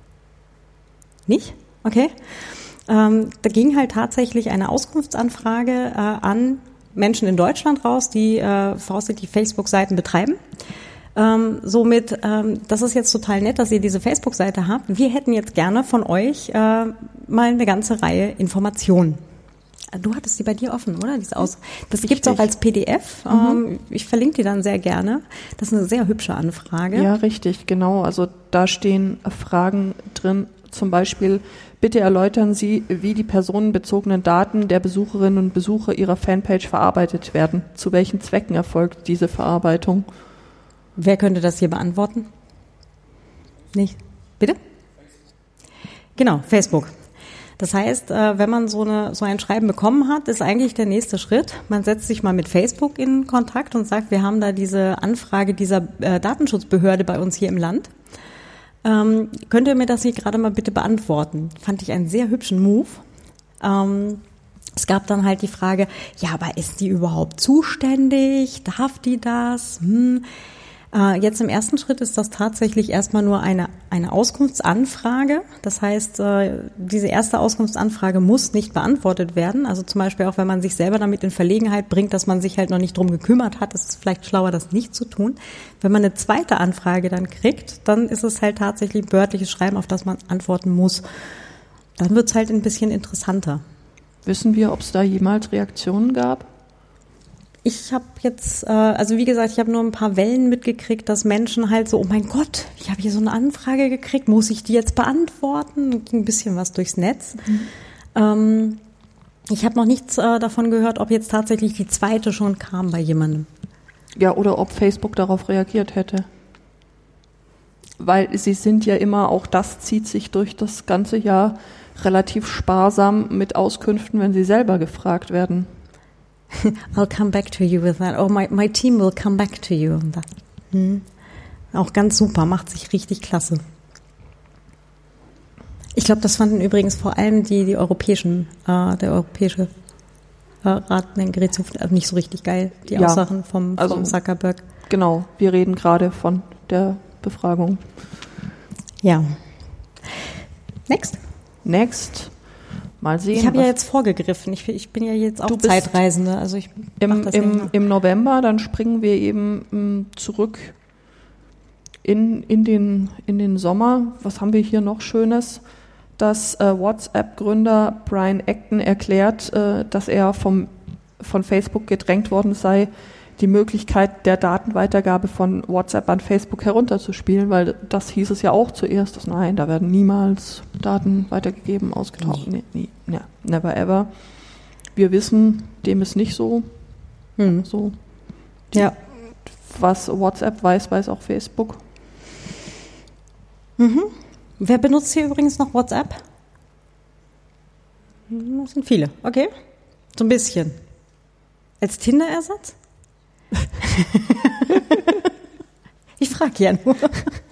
Nicht? Okay. Ähm, da ging halt tatsächlich eine Auskunftsanfrage äh, an Menschen in Deutschland raus, die äh, voraussichtlich Facebook-Seiten betreiben. Ähm, somit, ähm, das ist jetzt total nett, dass ihr diese Facebook-Seite habt. Wir hätten jetzt gerne von euch äh, mal eine ganze Reihe Informationen. Du hattest die bei dir offen, oder? Diese Aus- das gibt's auch als P D F. Mhm. Ähm, ich verlinke die dann sehr gerne. Das ist eine sehr hübsche Anfrage. Ja, richtig, genau. Also da stehen Fragen drin. Zum Beispiel, bitte erläutern Sie, wie die personenbezogenen Daten der Besucherinnen und Besucher Ihrer Fanpage verarbeitet werden. Zu welchen Zwecken erfolgt diese Verarbeitung? Wer könnte das hier beantworten? Nicht? Bitte? Genau, Facebook. Das heißt, wenn man so, eine, so ein Schreiben bekommen hat, ist eigentlich der nächste Schritt. Man setzt sich mal mit Facebook in Kontakt und sagt, wir haben da diese Anfrage dieser äh, Datenschutzbehörde bei uns hier im Land. Ähm, könnt ihr mir das hier gerade mal bitte beantworten? Fand ich einen sehr hübschen Move. Ähm, es gab dann halt die Frage, ja, aber ist die überhaupt zuständig? Darf die das? Hm. Äh, jetzt im ersten Schritt ist das tatsächlich erstmal nur eine, eine Auskunftsanfrage. Das heißt, äh, diese erste Auskunftsanfrage muss nicht beantwortet werden. Also zum Beispiel auch, wenn man sich selber damit in Verlegenheit bringt, dass man sich halt noch nicht drum gekümmert hat, ist es vielleicht schlauer, das nicht zu tun. Wenn man eine zweite Anfrage dann kriegt, dann ist es halt tatsächlich ein wörtliches Schreiben, auf das man antworten muss. Dann wird es halt ein bisschen interessanter. Wissen wir, ob es da jemals Reaktionen gab? Ich habe jetzt, äh, also wie gesagt, ich habe nur ein paar Wellen mitgekriegt, dass Menschen halt so, oh mein Gott, ich habe hier so eine Anfrage gekriegt, muss ich die jetzt beantworten? Ging ein bisschen was durchs Netz. Mhm. Ähm, ich habe noch nichts äh, davon gehört, ob jetzt tatsächlich die zweite schon kam bei jemandem. Ja, oder ob Facebook darauf reagiert hätte. Weil sie sind ja immer, auch das zieht sich durch das ganze Jahr, relativ sparsam mit Auskünften, wenn sie selber gefragt werden. I'll come back to you with that. Oh, my, my team will come back to you on that. Hm. Auch ganz super, macht sich richtig klasse. Ich glaube, das fanden übrigens vor allem die, die europäischen, äh, der europäische äh, Rat, den Gerichtshof, äh, nicht so richtig geil, die ja, Aussagen vom, also, vom Zuckerberg. Genau, wir reden gerade von der Befragung. Ja. Next. Next. Mal sehen. Ich habe ja jetzt vorgegriffen. Ich, ich bin ja jetzt auch Zeitreisende. Also ich im, das im, im November, dann springen wir eben m, zurück in, in, den, in den Sommer. Was haben wir hier noch Schönes? dass äh, WhatsApp-Gründer Brian Acton erklärt, äh, dass er vom, von Facebook gedrängt worden sei, die Möglichkeit der Datenweitergabe von WhatsApp an Facebook herunterzuspielen, weil das hieß es ja auch zuerst, dass nein, da werden niemals Daten weitergegeben, ausgetauscht. Nee, nee, nee, never ever. Wir wissen, dem ist nicht so. Hm. so. Ja. Was WhatsApp weiß, weiß auch Facebook. Mhm. Wer benutzt hier übrigens noch WhatsApp? Das sind viele, okay. So ein bisschen. Als Tinder-Ersatz? Ich frage ja nur.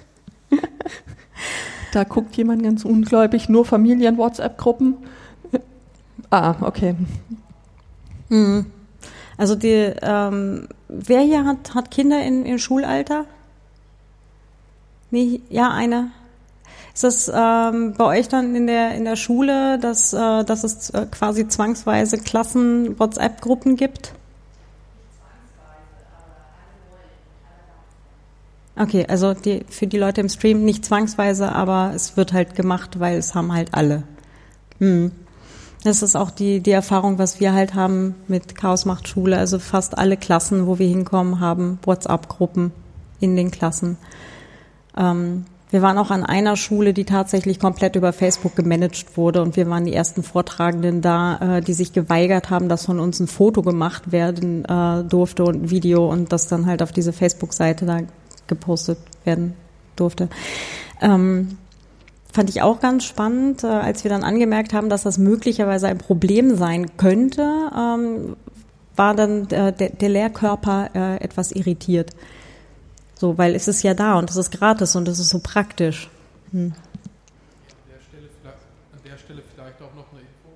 Da guckt jemand ganz ungläubig, nur Familien-WhatsApp-Gruppen. Ah, okay. Hm. Also die, ähm, wer hier hat, hat Kinder in, in Schulalter? Nee, ja, eine. Ist das ähm, bei euch dann in der in der Schule, dass, äh, dass es äh, quasi zwangsweise Klassen-WhatsApp-Gruppen gibt? Okay, also die, für die Leute im Stream nicht zwangsweise, aber es wird halt gemacht, weil es haben halt alle. Hm. Das ist auch die, die Erfahrung, was wir halt haben mit Chaos macht Schule. Also fast alle Klassen, wo wir hinkommen, haben WhatsApp-Gruppen in den Klassen. Ähm, wir waren auch an einer Schule, die tatsächlich komplett über Facebook gemanagt wurde, und wir waren die ersten Vortragenden da, äh, die sich geweigert haben, dass von uns ein Foto gemacht werden äh, durfte und ein Video und das dann halt auf diese Facebook-Seite da gepostet werden durfte. Ähm, fand ich auch ganz spannend, äh, als wir dann angemerkt haben, dass das möglicherweise ein Problem sein könnte, ähm, war dann äh, der, der Lehrkörper äh, etwas irritiert. So, weil es ist ja da und es ist gratis und es ist so praktisch. Hm. An der Stelle vielleicht, an der Stelle vielleicht auch noch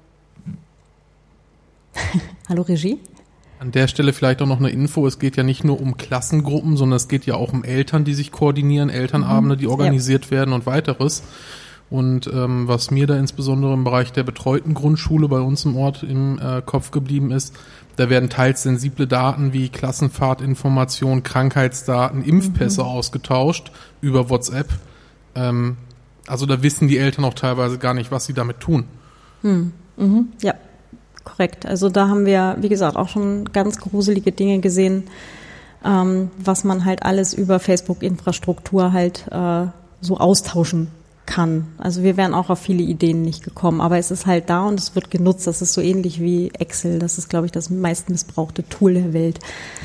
eine Info. Hallo Regie? An der Stelle vielleicht auch noch eine Info. Es geht ja nicht nur um Klassengruppen, sondern es geht ja auch um Eltern, die sich koordinieren, Elternabende, die organisiert ja. werden und weiteres. Und ähm, was mir da insbesondere im Bereich der betreuten Grundschule bei uns im Ort im äh, Kopf geblieben ist, da werden teils sensible Daten wie Klassenfahrtinformationen, Krankheitsdaten, Impfpässe mhm. ausgetauscht über WhatsApp. Ähm, also da wissen die Eltern auch teilweise gar nicht, was sie damit tun. Mhm. Mhm. Ja. Korrekt. Also da haben wir, wie gesagt, auch schon ganz gruselige Dinge gesehen, ähm, was man halt alles über Facebook-Infrastruktur halt äh, so austauschen kann. Also wir wären auch auf viele Ideen nicht gekommen, aber es ist halt da und es wird genutzt. Das ist so ähnlich wie Excel. Das ist, glaube ich, das meist missbrauchte Tool der Welt.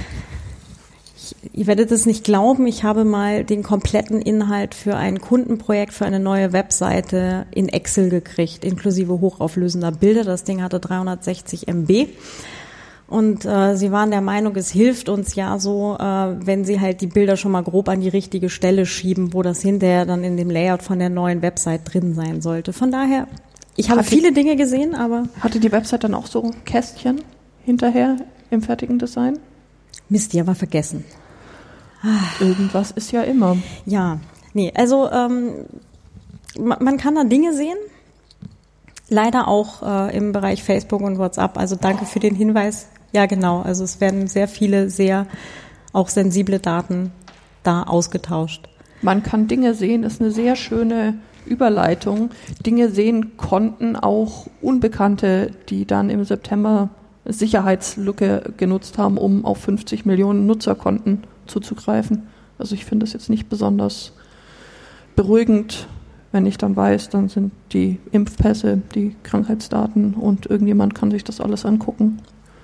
Ich, ihr werdet es nicht glauben, ich habe mal den kompletten Inhalt für ein Kundenprojekt, für eine neue Webseite in Excel gekriegt, inklusive hochauflösender Bilder. Das Ding hatte dreihundertsechzig Megabyte. Und äh, sie waren der Meinung, es hilft uns ja so, äh, wenn sie halt die Bilder schon mal grob an die richtige Stelle schieben, wo das hinterher dann in dem Layout von der neuen Website drin sein sollte. Von daher, ich habe viele Dinge gesehen, aber... Hatte die Website dann auch so Kästchen hinterher im fertigen Design? Mist, die aber vergessen. Irgendwas ist ja immer. Ja, nee, also ähm, man, man kann da Dinge sehen. Leider auch äh, im Bereich Facebook und WhatsApp. Also danke für den Hinweis. Ja, genau. Also es werden sehr viele, sehr auch sensible Daten da ausgetauscht. Man kann Dinge sehen, ist eine sehr schöne Überleitung. Dinge sehen konnten auch Unbekannte, die dann im September Sicherheitslücke genutzt haben, um auf fünfzig Millionen Nutzerkonten zuzugreifen. Also ich finde das jetzt nicht besonders beruhigend. Wenn ich dann weiß, dann sind die Impfpässe, die Krankheitsdaten und irgendjemand kann sich das alles angucken.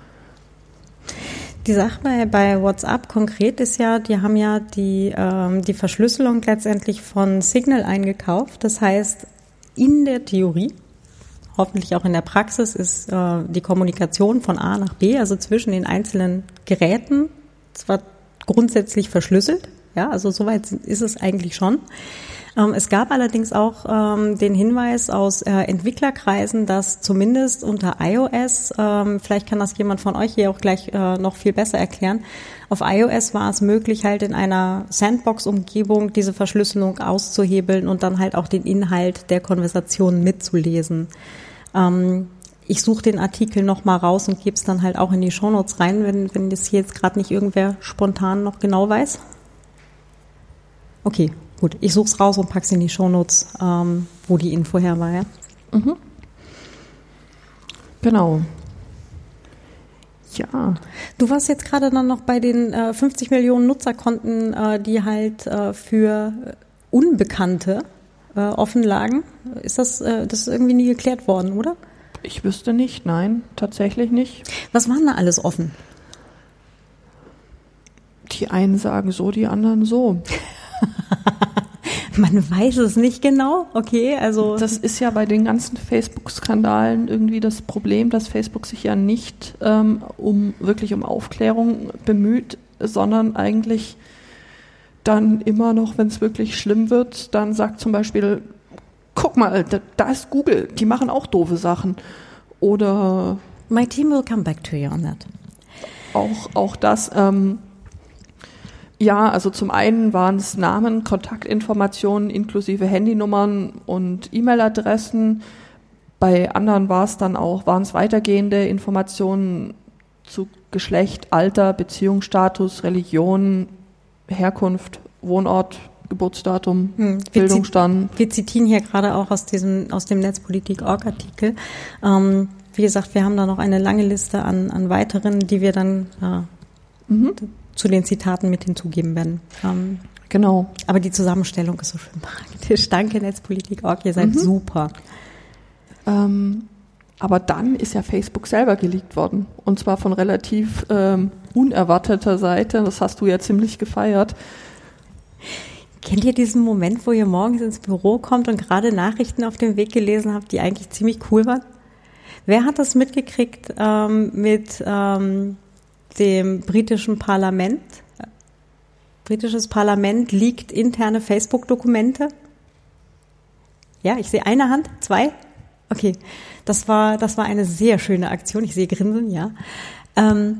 Die Sache bei, bei WhatsApp konkret ist ja, die haben ja die, ähm, die Verschlüsselung letztendlich von Signal eingekauft. Das heißt, in der Theorie, hoffentlich auch in der Praxis, ist äh, die Kommunikation von A nach B, also zwischen den einzelnen Geräten, zwar grundsätzlich verschlüsselt, ja, also soweit ist es eigentlich schon. Ähm, es gab allerdings auch ähm, den Hinweis aus äh, Entwicklerkreisen, dass zumindest unter iOS, ähm, vielleicht kann das jemand von euch hier auch gleich äh, noch viel besser erklären, auf iOS war es möglich, halt in einer Sandbox-Umgebung diese Verschlüsselung auszuhebeln und dann halt auch den Inhalt der Konversation mitzulesen. Ähm, ich suche den Artikel nochmal raus und gebe es dann halt auch in die Shownotes rein, wenn, wenn das hier jetzt gerade nicht irgendwer spontan noch genau weiß. Okay. Gut, ich suche es raus und pack's in die Shownotes, ähm, wo die Info her war. Ja? Mhm. Genau. Ja. Du warst jetzt gerade dann noch bei den äh, fünfzig Millionen Nutzerkonten, äh, die halt äh, für Unbekannte äh, offen lagen. Ist das, äh, das ist irgendwie nie geklärt worden, oder? Ich wüsste nicht, nein, tatsächlich nicht. Was waren da alles offen? Die einen sagen so, die anderen so. Man weiß es nicht genau, okay, also. Das ist ja bei den ganzen Facebook-Skandalen irgendwie das Problem, dass Facebook sich ja nicht ähm, um wirklich um Aufklärung bemüht, sondern eigentlich dann immer noch, wenn es wirklich schlimm wird, dann sagt zum Beispiel, guck mal, da, da ist Google, die machen auch doofe Sachen. Oder My team will come back to you on that. Auch, auch das, ähm, ja, also zum einen waren es Namen, Kontaktinformationen inklusive Handynummern und E-Mail-Adressen. Bei anderen war es dann auch, waren es weitergehende Informationen zu Geschlecht, Alter, Beziehungsstatus, Religion, Herkunft, Wohnort, Geburtsdatum, hm, Bildungsstand. Wir zitieren hier gerade auch aus diesem, aus dem Netzpolitik Punkt org Artikel. Ähm, wie gesagt, wir haben da noch eine lange Liste an, an weiteren, die wir dann äh, mhm. zu den Zitaten mit hinzugeben werden. Ähm, genau. Aber die Zusammenstellung ist so schön praktisch. Danke, Netzpolitik Punkt org, ihr seid mhm. super. Ähm, aber dann ist ja Facebook selber geleakt worden. Und zwar von relativ ähm, unerwarteter Seite. Das hast du ja ziemlich gefeiert. Kennt ihr diesen Moment, wo ihr morgens ins Büro kommt und gerade Nachrichten auf dem Weg gelesen habt, die eigentlich ziemlich cool waren? Wer hat das mitgekriegt ähm, mit ähm, dem britischen Parlament? Britisches Parlament leakt interne Facebook-Dokumente? Ja, ich sehe eine Hand, zwei. Okay, das war das war eine sehr schöne Aktion. Ich sehe Grinsen, ja. Ähm,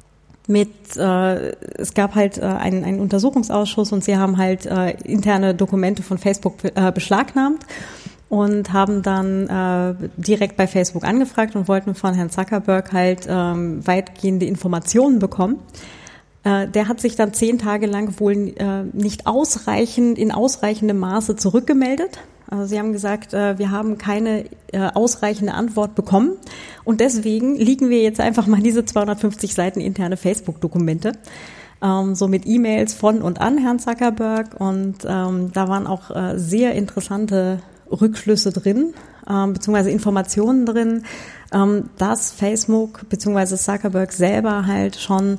mit äh, es gab halt äh, einen, einen Untersuchungsausschuss und sie haben halt äh, interne Dokumente von Facebook äh, beschlagnahmt und haben dann äh, direkt bei Facebook angefragt und wollten von Herrn Zuckerberg halt ähm, weitgehende Informationen bekommen. Äh, der hat sich dann zehn Tage lang wohl äh, nicht ausreichend in ausreichendem Maße zurückgemeldet. Also sie haben gesagt, äh, wir haben keine äh, ausreichende Antwort bekommen und deswegen liegen wir jetzt einfach mal diese zweihundertfünfzig Seiten interne Facebook-Dokumente, ähm, so mit E-Mails von und an Herrn Zuckerberg und ähm, da waren auch äh, sehr interessante Rückschlüsse drin, ähm, beziehungsweise Informationen drin, ähm, dass Facebook beziehungsweise Zuckerberg selber halt schon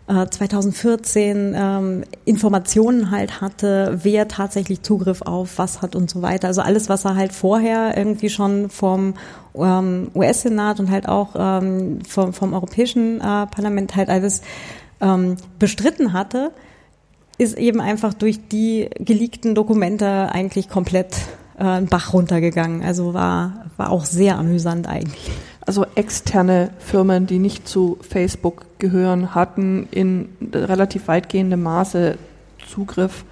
zweitausendvierzehn ähm, Informationen halt hatte, wer tatsächlich Zugriff auf was hat und so weiter. Also alles, was er halt vorher irgendwie schon vom ähm, U S-Senat und halt auch ähm, vom, vom Europäischen äh, Parlament halt alles ähm, bestritten hatte, ist eben einfach durch die geleakten Dokumente eigentlich komplett äh, einen Bach runtergegangen. Also war, war auch sehr amüsant eigentlich. Also externe Firmen, die nicht zu Facebook gehören, hatten in relativ weitgehendem Maße Zugriff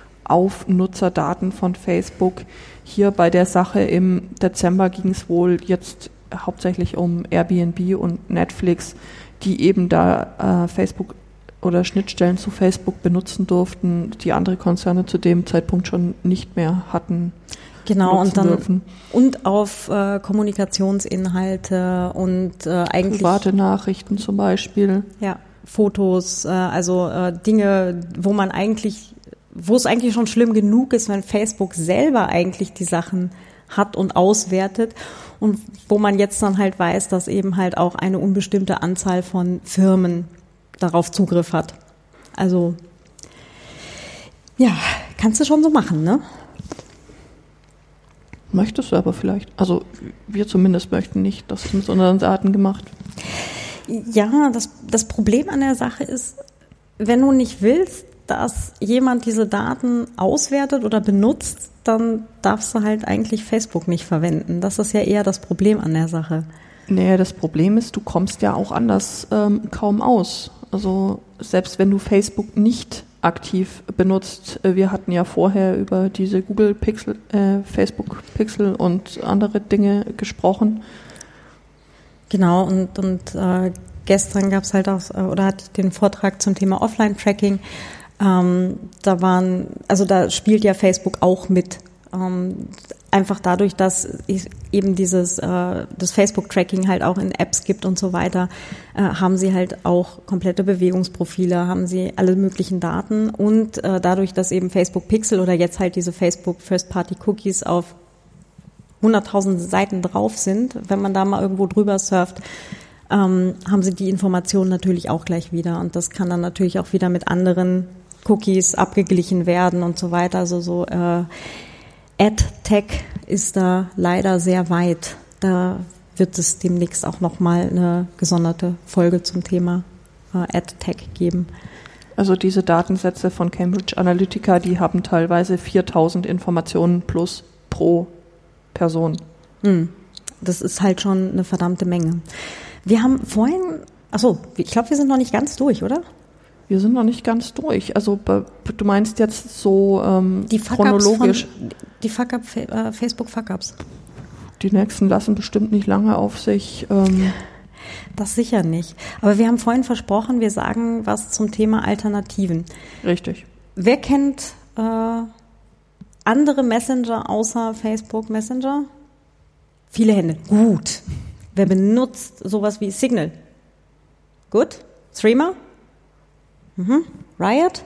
auf Nutzerdaten von Facebook. Hier bei der Sache im Dezember ging es wohl jetzt hauptsächlich um Airbnb und Netflix, die eben da äh, Facebook oder Schnittstellen zu Facebook benutzen durften, die andere Konzerne zu dem Zeitpunkt schon nicht mehr hatten. Genau, und dann dürfen. Und auf äh, Kommunikationsinhalte und äh, eigentlich private Nachrichten zum Beispiel. Ja, Fotos, äh, also äh, Dinge, wo man eigentlich, wo es eigentlich schon schlimm genug ist, wenn Facebook selber eigentlich die Sachen hat und auswertet und wo man jetzt dann halt weiß, dass eben halt auch eine unbestimmte Anzahl von Firmen darauf Zugriff hat. Also ja, kannst du schon so machen, ne? Möchtest du aber vielleicht. Also wir zumindest möchten nicht, dass es mit unseren Daten gemacht wird. Ja, das, das Problem an der Sache ist, wenn du nicht willst, dass jemand diese Daten auswertet oder benutzt, dann darfst du halt eigentlich Facebook nicht verwenden. Das ist ja eher das Problem an der Sache. Naja, das Problem ist, du kommst ja auch anders ähm, kaum aus. Also selbst wenn du Facebook nicht aktiv benutzt. Wir hatten ja vorher über diese Google Pixel, äh, Facebook Pixel und andere Dinge gesprochen. Genau, und, und äh, gestern gab es halt auch, oder hatte ich den Vortrag zum Thema Offline-Tracking. Ähm, da waren, also da spielt ja Facebook auch mit Ähm, einfach dadurch, dass eben dieses äh, das Facebook-Tracking halt auch in Apps gibt und so weiter, äh, haben sie halt auch komplette Bewegungsprofile, haben sie alle möglichen Daten und äh, dadurch, dass eben Facebook Pixel oder jetzt halt diese Facebook First-Party-Cookies auf hunderttausend Seiten drauf sind, wenn man da mal irgendwo drüber surft, ähm, haben sie die Informationen natürlich auch gleich wieder und das kann dann natürlich auch wieder mit anderen Cookies abgeglichen werden und so weiter. Also so äh, Ad-Tech ist da leider sehr weit. Da wird es demnächst auch nochmal eine gesonderte Folge zum Thema äh, Ad-Tech geben. Also diese Datensätze von Cambridge Analytica, die haben teilweise viertausend Informationen plus pro Person. Hm. Das ist halt schon eine verdammte Menge. Wir haben vorhin, achso, ich glaube, wir sind noch nicht ganz durch, oder? Wir sind noch nicht ganz durch. Also du meinst jetzt so ähm, die chronologisch. Von, die Fuck-up, äh, Facebook-Fuck-ups. Die nächsten lassen bestimmt nicht lange auf sich. Ähm das sicher nicht. Aber wir haben vorhin versprochen, wir sagen was zum Thema Alternativen. Richtig. Wer kennt äh, andere Messenger außer Facebook Messenger? Viele Hände. Gut. Wer benutzt sowas wie Signal? Gut. Threema? Mhm. Riot?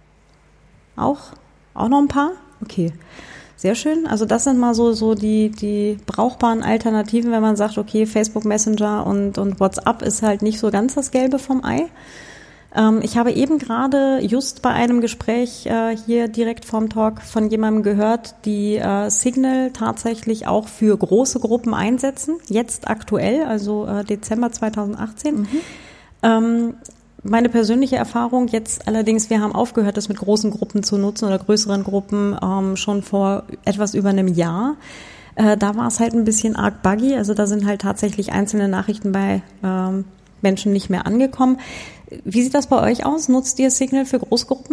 Auch? Auch noch ein paar? Okay. Sehr schön. Also das sind mal so, so die, die brauchbaren Alternativen, wenn man sagt, okay, Facebook Messenger und, und WhatsApp ist halt nicht so ganz das Gelbe vom Ei. Ähm, ich habe eben gerade just bei einem Gespräch äh, hier direkt vorm Talk von jemandem gehört, die äh, Signal tatsächlich auch für große Gruppen einsetzen. Jetzt aktuell, also äh, Dezember zweitausendachtzehn. Mhm. Ähm, Meine persönliche Erfahrung jetzt allerdings, wir haben aufgehört, das mit großen Gruppen zu nutzen oder größeren Gruppen ähm, schon vor etwas über einem Jahr. Äh, da war es halt ein bisschen arg buggy, also da sind halt tatsächlich einzelne Nachrichten bei ähm, Menschen nicht mehr angekommen. Wie sieht das bei euch aus? Nutzt ihr Signal für Großgruppen?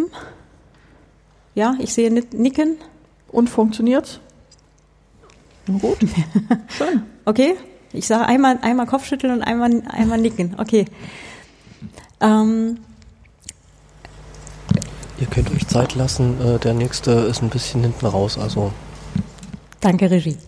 Ja, ich sehe Nicken. Und funktioniert's? Gut. Schön. Okay, ich sage einmal, einmal Kopfschütteln und einmal, einmal nicken. Okay. Ähm, Ihr könnt euch Zeit lassen, äh, der nächste ist ein bisschen hinten raus, also. Danke, Regie.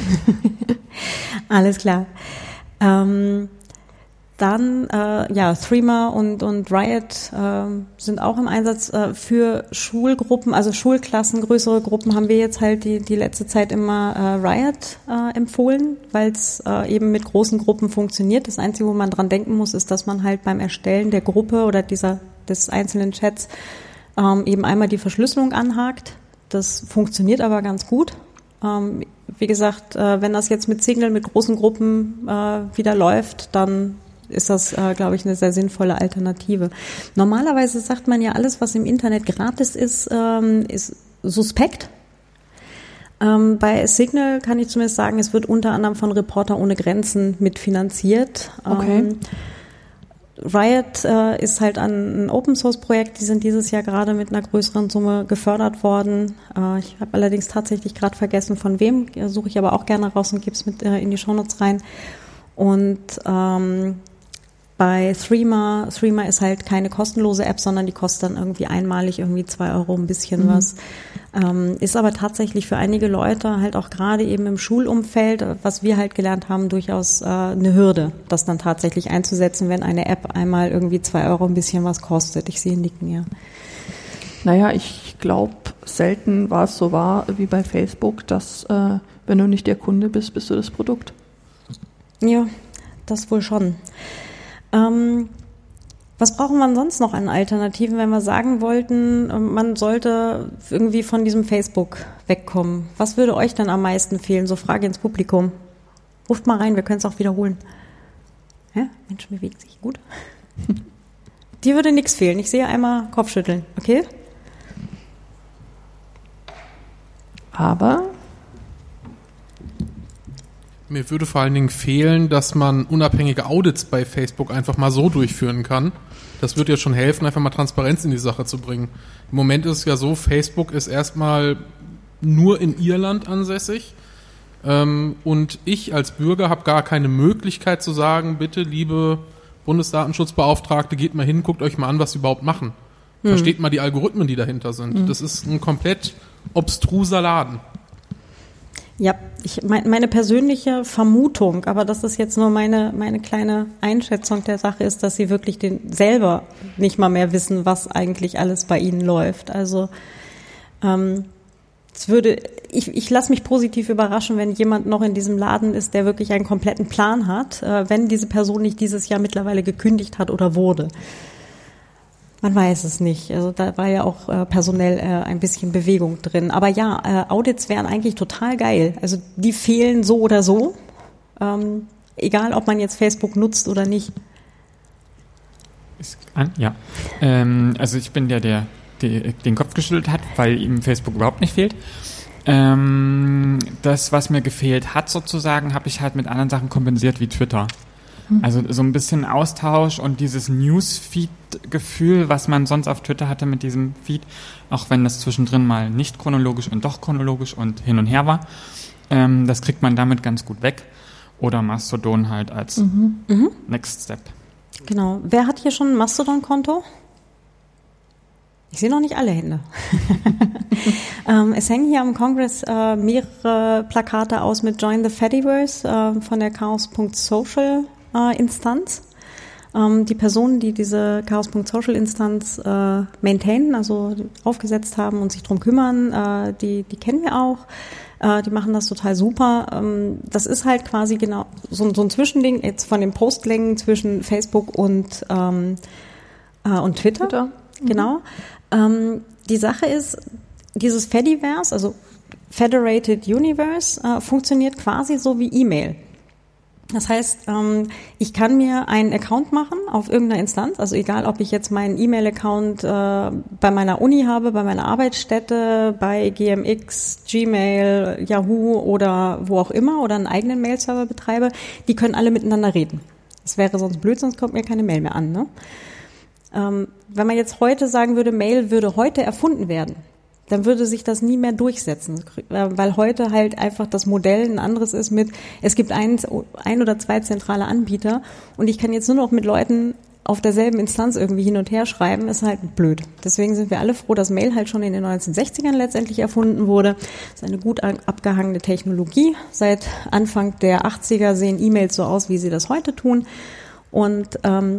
Alles klar. Ähm, dann, äh, ja, Threema und, und Riot äh, sind auch im Einsatz äh, für Schulgruppen, also Schulklassen, größere Gruppen haben wir jetzt halt die, die letzte Zeit immer äh, Riot äh, empfohlen, weil es äh, eben mit großen Gruppen funktioniert. Das Einzige, wo man dran denken muss, ist, dass man halt beim Erstellen der Gruppe oder dieser des einzelnen Chats ähm, eben einmal die Verschlüsselung anhakt. Das funktioniert aber ganz gut. Ähm, wie gesagt, äh, wenn das jetzt mit Signal, mit großen Gruppen äh, wieder läuft, dann ist das, äh, glaube ich, eine sehr sinnvolle Alternative. Normalerweise sagt man ja, alles, was im Internet gratis ist, ähm, ist suspekt. Ähm, bei Signal kann ich zumindest sagen, es wird unter anderem von Reporter ohne Grenzen mitfinanziert. Okay. Ähm, Riot äh, ist halt ein, ein Open-Source-Projekt, die sind dieses Jahr gerade mit einer größeren Summe gefördert worden. Äh, ich habe allerdings tatsächlich gerade vergessen, von wem, suche ich aber auch gerne raus und gebe es mit äh, in die Shownotes rein. Und ähm, bei Threema, Threema ist halt keine kostenlose App, sondern die kostet dann irgendwie einmalig irgendwie zwei Euro ein bisschen mhm. was. Ähm, ist aber tatsächlich für einige Leute halt auch gerade eben im Schulumfeld, was wir halt gelernt haben, durchaus äh, eine Hürde, das dann tatsächlich einzusetzen, wenn eine App einmal irgendwie zwei Euro ein bisschen was kostet. Ich sehe Nicken, ja. Naja, ich glaube, selten war es so wahr wie bei Facebook, dass äh, wenn du nicht der Kunde bist, bist du das Produkt. Ja, das wohl schon. Ähm, was brauchen wir sonst noch an Alternativen, wenn wir sagen wollten, man sollte irgendwie von diesem Facebook wegkommen? Was würde euch dann am meisten fehlen? So Frage ins Publikum. Ruft mal rein, wir können es auch wiederholen. Ja, Menschen bewegen sich gut. Dir würde nichts fehlen. Ich sehe einmal Kopfschütteln, okay? Aber mir würde vor allen Dingen fehlen, dass man unabhängige Audits bei Facebook einfach mal so durchführen kann. Das würde ja schon helfen, einfach mal Transparenz in die Sache zu bringen. Im Moment ist es ja so, Facebook ist erstmal nur in Irland ansässig. Ähm, und ich als Bürger habe gar keine Möglichkeit zu sagen, bitte, liebe Bundesdatenschutzbeauftragte, geht mal hin, guckt euch mal an, was sie überhaupt machen. Hm. Versteht mal die Algorithmen, die dahinter sind. Hm. Das ist ein komplett obstruser Laden. Ja, ich, mein, meine persönliche Vermutung, aber das ist jetzt nur meine, meine kleine Einschätzung der Sache, ist, dass sie wirklich den, selber nicht mal mehr wissen, was eigentlich alles bei ihnen läuft. Also ähm, es würde, ich, ich lasse mich positiv überraschen, wenn jemand noch in diesem Laden ist, der wirklich einen kompletten Plan hat, äh, wenn diese Person nicht dieses Jahr mittlerweile gekündigt hat oder wurde. Man weiß es nicht. Also da war ja auch äh, personell äh, ein bisschen Bewegung drin. Aber ja, äh, Audits wären eigentlich total geil. Also die fehlen so oder so. Ähm, egal, ob man jetzt Facebook nutzt oder nicht. Ist an? Ja. Ähm, also ich bin der, der, der den Kopf geschüttelt hat, weil ihm Facebook überhaupt nicht fehlt. Ähm, das, was mir gefehlt hat sozusagen, habe ich halt mit anderen Sachen kompensiert wie Twitter. Also so ein bisschen Austausch und dieses Newsfeed-Gefühl, was man sonst auf Twitter hatte mit diesem Feed, auch wenn das zwischendrin mal nicht chronologisch und doch chronologisch und hin und her war, ähm, das kriegt man damit ganz gut weg. Oder Mastodon halt als Mhm. Mhm. Next Step. Genau. Wer hat hier schon ein Mastodon-Konto? Ich sehe noch nicht alle Hände. ähm, es hängen hier am Kongress äh, mehrere Plakate aus mit Join the Fediverse äh, von der chaos punkt social äh, Instanz. Ähm, die Personen, die diese chaos punkt social Instanz äh, maintainen, also aufgesetzt haben und sich drum kümmern, äh, die, die kennen wir auch. Äh, die machen das total super. Ähm, das ist halt quasi genau so, so ein Zwischending jetzt von den Postlängen zwischen Facebook und, ähm, äh, und Twitter. Twitter. Genau. Ähm, die Sache ist, dieses Fediverse, also Federated Universe, äh, funktioniert quasi so wie E-Mail. Das heißt, ähm, ich kann mir einen Account machen auf irgendeiner Instanz, also egal, ob ich jetzt meinen E-Mail-Account äh, bei meiner Uni habe, bei meiner Arbeitsstätte, bei G M X, Gmail, Yahoo oder wo auch immer oder einen eigenen Mail-Server betreibe, die können alle miteinander reden. Das wäre sonst blöd, sonst kommt mir keine Mail mehr an, ne? Ähm, wenn man jetzt heute sagen würde, Mail würde heute erfunden werden, dann würde sich das nie mehr durchsetzen, weil heute halt einfach das Modell ein anderes ist mit, es gibt ein, ein oder zwei zentrale Anbieter und ich kann jetzt nur noch mit Leuten auf derselben Instanz irgendwie hin und her schreiben, ist halt blöd. Deswegen sind wir alle froh, dass Mail halt schon in den neunzehnhundertsechzigern letztendlich erfunden wurde. Das ist eine gut abgehangene Technologie. Seit Anfang der achtziger sehen E-Mails so aus, wie sie das heute tun und ähm,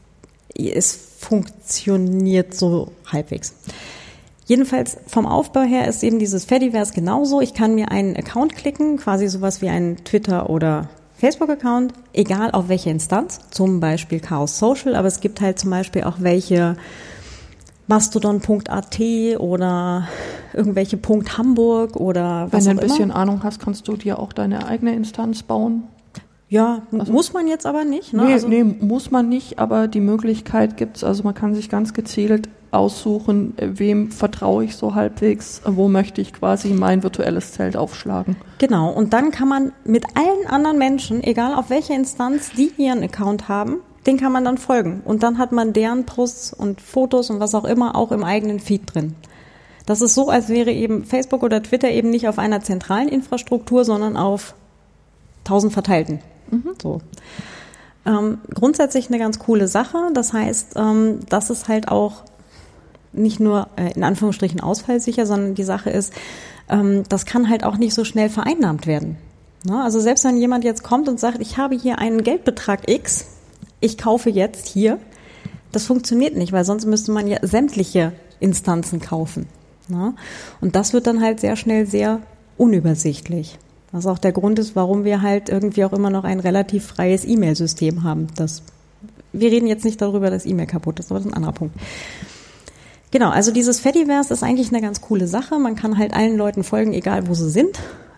es funktioniert so halbwegs. Jedenfalls vom Aufbau her ist eben dieses Fediverse genauso. Ich kann mir einen Account klicken, quasi sowas wie einen Twitter- oder Facebook-Account, egal auf welche Instanz, zum Beispiel Chaos Social, aber es gibt halt zum Beispiel auch welche Mastodon punkt a t oder irgendwelche Punkt Hamburg oder was auch immer. Wenn du ein bisschen Ahnung hast, kannst du dir auch deine eigene Instanz bauen. Ja, also, muss man jetzt aber nicht. Ne? Nee, also, nee, muss man nicht, aber die Möglichkeit gibt's. Also man kann sich ganz gezielt aussuchen, wem vertraue ich so halbwegs, wo möchte ich quasi mein virtuelles Zelt aufschlagen. Genau, und dann kann man mit allen anderen Menschen, egal auf welcher Instanz die ihren Account haben, den kann man dann folgen. Und dann hat man deren Posts und Fotos und was auch immer auch im eigenen Feed drin. Das ist so, als wäre eben Facebook oder Twitter eben nicht auf einer zentralen Infrastruktur, sondern auf tausend verteilten. Mhm. So. Ähm, grundsätzlich eine ganz coole Sache. Das heißt, ähm, das ist halt auch nicht nur äh, in Anführungsstrichen ausfallsicher, sondern die Sache ist, ähm, das kann halt auch nicht so schnell vereinnahmt werden. Ne? Also selbst wenn jemand jetzt kommt und sagt, ich habe hier einen Geldbetrag X, ich kaufe jetzt hier, das funktioniert nicht, weil sonst müsste man ja sämtliche Instanzen kaufen. Ne? Und das wird dann halt sehr schnell sehr unübersichtlich. Was auch der Grund ist, warum wir halt irgendwie auch immer noch ein relativ freies E-Mail-System haben. Das, wir reden jetzt nicht darüber, dass E-Mail kaputt ist, aber das ist ein anderer Punkt. Genau, also dieses Fediverse ist eigentlich eine ganz coole Sache. Man kann halt allen Leuten folgen, egal wo sie sind.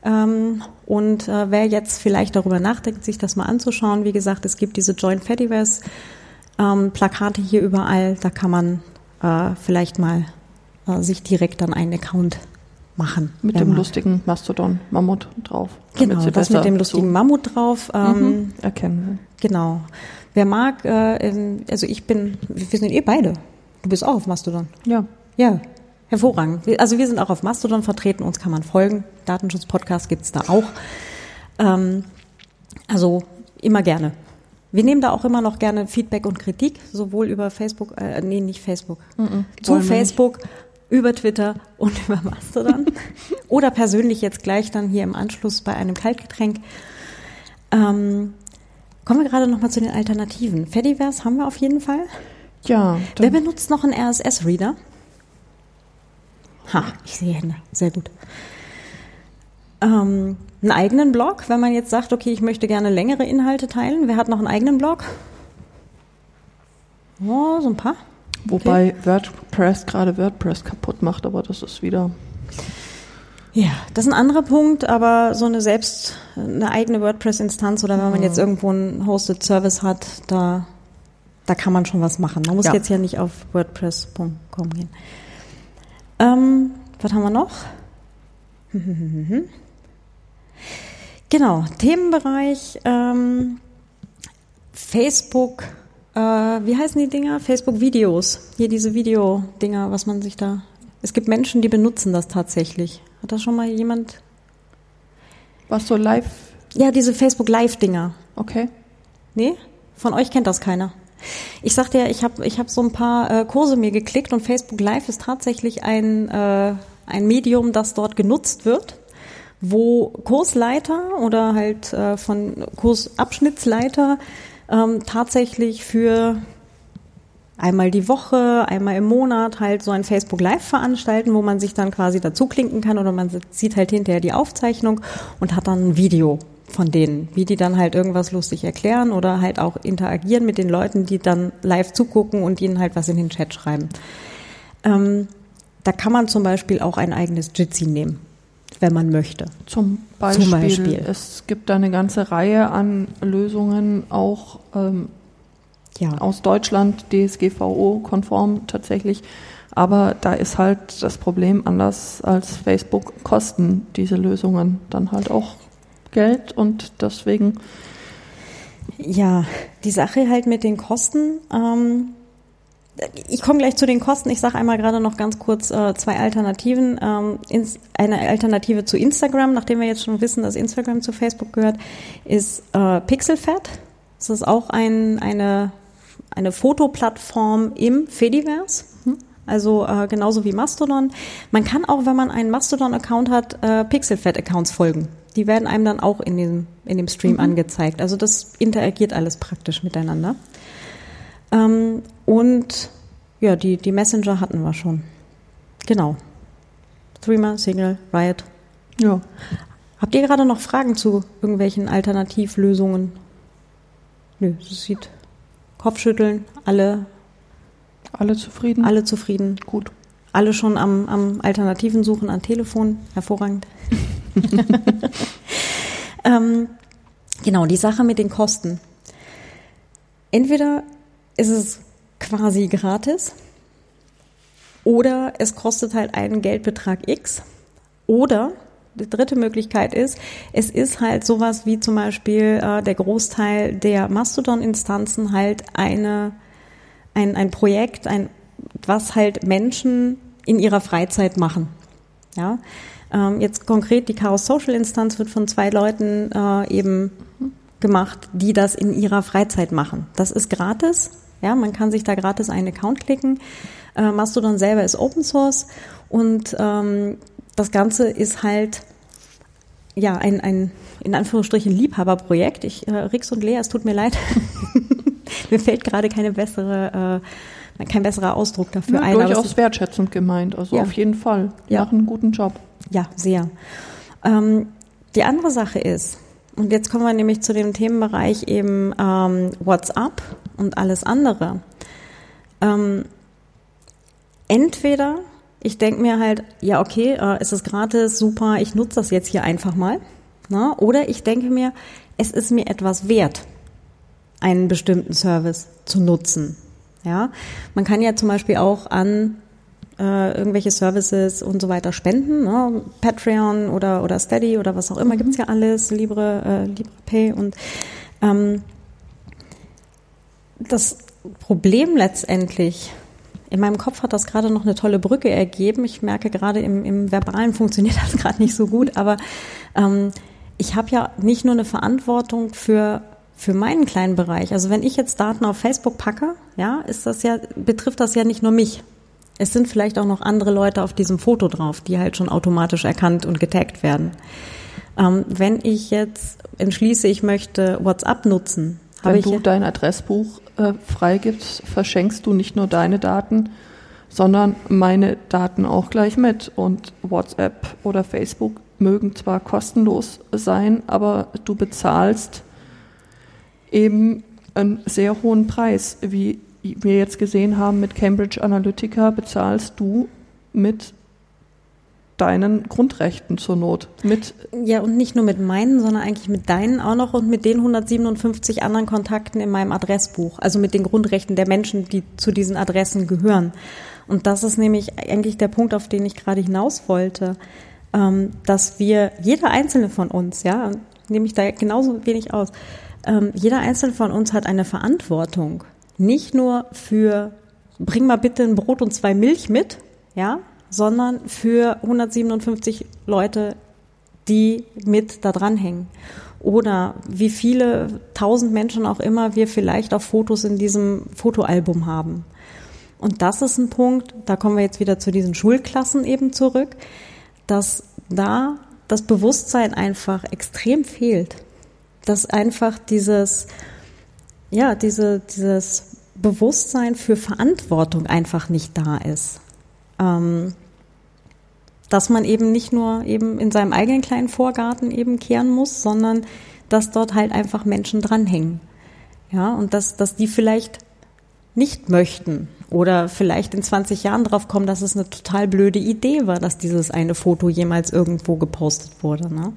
Und wer jetzt vielleicht darüber nachdenkt, sich das mal anzuschauen, wie gesagt, es gibt diese Join Fediverse Plakate hier überall. Da kann man vielleicht mal sich direkt dann einen Account machen. Mit dem lustigen Mastodon-Mammut drauf. Genau, das mit dem lustigen Mammut drauf. Mhm, erkennen. Genau. Wer mag, äh, also ich bin, wir sind eh beide. Du bist auch auf Mastodon. Ja. Ja, hervorragend. Also wir sind auch auf Mastodon vertreten, uns kann man folgen. Datenschutz-Podcast gibt's da auch. Ähm, also immer gerne. Wir nehmen da auch immer noch gerne Feedback und Kritik, sowohl über Facebook, äh, nee, nicht Facebook, mhm. zu Facebook, über Twitter und über Mastodon. oder persönlich jetzt gleich dann hier im Anschluss bei einem Kaltgetränk. Ähm, kommen wir gerade nochmal zu den Alternativen. Fediverse haben wir auf jeden Fall. Ja. Wer benutzt noch einen R S S-Reader? Ha, ich sehe Hände. Sehr gut. Ähm, einen eigenen Blog, wenn man jetzt sagt, okay, ich möchte gerne längere Inhalte teilen. Wer hat noch einen eigenen Blog? Oh, so ein paar. Wobei okay. WordPress gerade WordPress kaputt macht, aber das ist wieder... Ja, das ist ein anderer Punkt, aber so eine selbst, eine eigene WordPress-Instanz oder wenn man jetzt irgendwo einen Hosted Service hat, da, da kann man schon was machen. Man muss ja. jetzt ja nicht auf WordPress Punkt com gehen. Ähm, was haben wir noch? Genau, Themenbereich ähm, Facebook, äh, wie heißen die Dinger? Facebook-Videos. Hier diese Video-Dinger, was man sich da... Es gibt Menschen, die benutzen das tatsächlich. Hat das schon mal jemand? Was so live? Ja, diese Facebook-Live-Dinger. Okay. Nee? Von euch kennt das keiner. Ich sagte ja, ich habe ich hab so ein paar äh, Kurse mir geklickt und Facebook Live ist tatsächlich ein, äh, ein Medium, das dort genutzt wird, wo Kursleiter oder halt äh, von Kursabschnittsleiter ähm, tatsächlich für einmal die Woche, einmal im Monat halt so ein Facebook Live veranstalten, wo man sich dann quasi dazu klinken kann oder man sieht halt hinterher die Aufzeichnung und hat dann ein Video von denen, wie die dann halt irgendwas lustig erklären oder halt auch interagieren mit den Leuten, die dann live zugucken und ihnen halt was in den Chat schreiben. Ähm, da kann man zum Beispiel auch ein eigenes Jitsi nehmen, wenn man möchte. Zum Beispiel, zum Beispiel. Es gibt da eine ganze Reihe an Lösungen, auch ähm, ja. aus Deutschland, D S G V O-konform tatsächlich. Aber da ist halt das Problem, anders als Facebook kosten diese Lösungen dann halt auch Geld und deswegen... Ja, die Sache halt mit den Kosten... Ähm Ich komme gleich zu den Kosten. Ich sage einmal gerade noch ganz kurz äh, zwei Alternativen. Ähm, ins, eine Alternative zu Instagram, nachdem wir jetzt schon wissen, dass Instagram zu Facebook gehört, ist äh, Pixelfed. Das ist auch ein, eine, eine Fotoplattform im Fediverse. Also äh, genauso wie Mastodon. Man kann auch, wenn man einen Mastodon-Account hat, äh, Pixelfed-Accounts folgen. Die werden einem dann auch in dem, in dem Stream mhm. angezeigt. Also das interagiert alles praktisch miteinander. Ähm, und ja, die, die Messenger hatten wir schon. Genau. Threema, Signal, Riot. Ja. Habt ihr gerade noch Fragen zu irgendwelchen Alternativlösungen? Nö, das sieht Kopfschütteln, alle. Alle zufrieden? Alle zufrieden. Gut. Alle schon am, am Alternativen suchen an Telefon. Hervorragend. ähm, genau, die Sache mit den Kosten. Entweder ist es quasi gratis oder es kostet halt einen Geldbetrag X oder die dritte Möglichkeit ist, es ist halt sowas wie zum Beispiel äh, der Großteil der Mastodon-Instanzen halt eine, ein, ein Projekt, ein, was halt Menschen in ihrer Freizeit machen. Ja? Ähm, jetzt konkret die Chaos Social Instanz wird von zwei Leuten äh, eben gemacht, die das in ihrer Freizeit machen. Das ist gratis. Ja, man kann sich da gratis einen Account klicken. Äh, Mastodon selber ist Open Source und ähm, das Ganze ist halt ja ein, ein in Anführungsstrichen Liebhaberprojekt. Ich, äh, Rix und Lea, es tut mir leid. Mir fällt gerade keine bessere, äh, kein besserer Ausdruck dafür ja, ein. Durchaus aber wertschätzend gemeint, also ja. auf jeden Fall. Die ja. machen einen guten Job. Ja, sehr. Ähm, die andere Sache ist, und jetzt kommen wir nämlich zu dem Themenbereich eben ähm, WhatsApp und alles andere. Ähm, entweder ich denke mir halt, ja okay, äh, es ist gratis, super, ich nutze das jetzt hier einfach mal. Na? Oder ich denke mir, es ist mir etwas wert, einen bestimmten Service zu nutzen. Ja? Man kann ja zum Beispiel auch an äh, irgendwelche Services und so weiter spenden, ne? Patreon oder oder Steady oder was auch immer, mhm. gibt's ja alles, Libre, äh, LibrePay und ähm, das Problem letztendlich, in meinem Kopf hat das gerade noch eine tolle Brücke ergeben, ich merke gerade im, im Verbalen funktioniert das gerade nicht so gut, aber ähm, ich habe ja nicht nur eine Verantwortung für für meinen kleinen Bereich, also wenn ich jetzt Daten auf Facebook packe, ja, ist das ja, betrifft das ja nicht nur mich. Es sind vielleicht auch noch andere Leute auf diesem Foto drauf, die halt schon automatisch erkannt und getaggt werden. Ähm, wenn ich jetzt entschließe, ich möchte WhatsApp nutzen, wenn ich du dein Adressbuch äh, freigibst, verschenkst du nicht nur deine Daten, sondern meine Daten auch gleich mit. Und WhatsApp oder Facebook mögen zwar kostenlos sein, aber du bezahlst eben einen sehr hohen Preis. Wie wir jetzt gesehen haben mit Cambridge Analytica, bezahlst du mit deinen Grundrechten zur Not. Mit ja, und nicht nur mit meinen, sondern eigentlich mit deinen auch noch und mit den hundertsiebenundfünfzig anderen Kontakten in meinem Adressbuch. Also mit den Grundrechten der Menschen, die zu diesen Adressen gehören. Und das ist nämlich eigentlich der Punkt, auf den ich gerade hinaus wollte, ähm, dass wir, jeder Einzelne von uns, ja, nehme ich da genauso wenig aus, ähm, jeder Einzelne von uns hat eine Verantwortung. Nicht nur für, bring mal bitte ein Brot und zwei Milch mit, ja, sondern für hundertsiebenundfünfzig Leute, die mit da dranhängen. Oder wie viele tausend Menschen auch immer wir vielleicht auf Fotos in diesem Fotoalbum haben. Und das ist ein Punkt, da kommen wir jetzt wieder zu diesen Schulklassen eben zurück, dass da das Bewusstsein einfach extrem fehlt. Dass einfach dieses, ja, diese, dieses Bewusstsein für Verantwortung einfach nicht da ist. Ähm, dass man eben nicht nur eben in seinem eigenen kleinen Vorgarten eben kehren muss, sondern dass dort halt einfach Menschen dranhängen. Ja, und dass, dass die vielleicht nicht möchten oder vielleicht in zwanzig Jahren drauf kommen, dass es eine total blöde Idee war, dass dieses eine Foto jemals irgendwo gepostet wurde. Ne?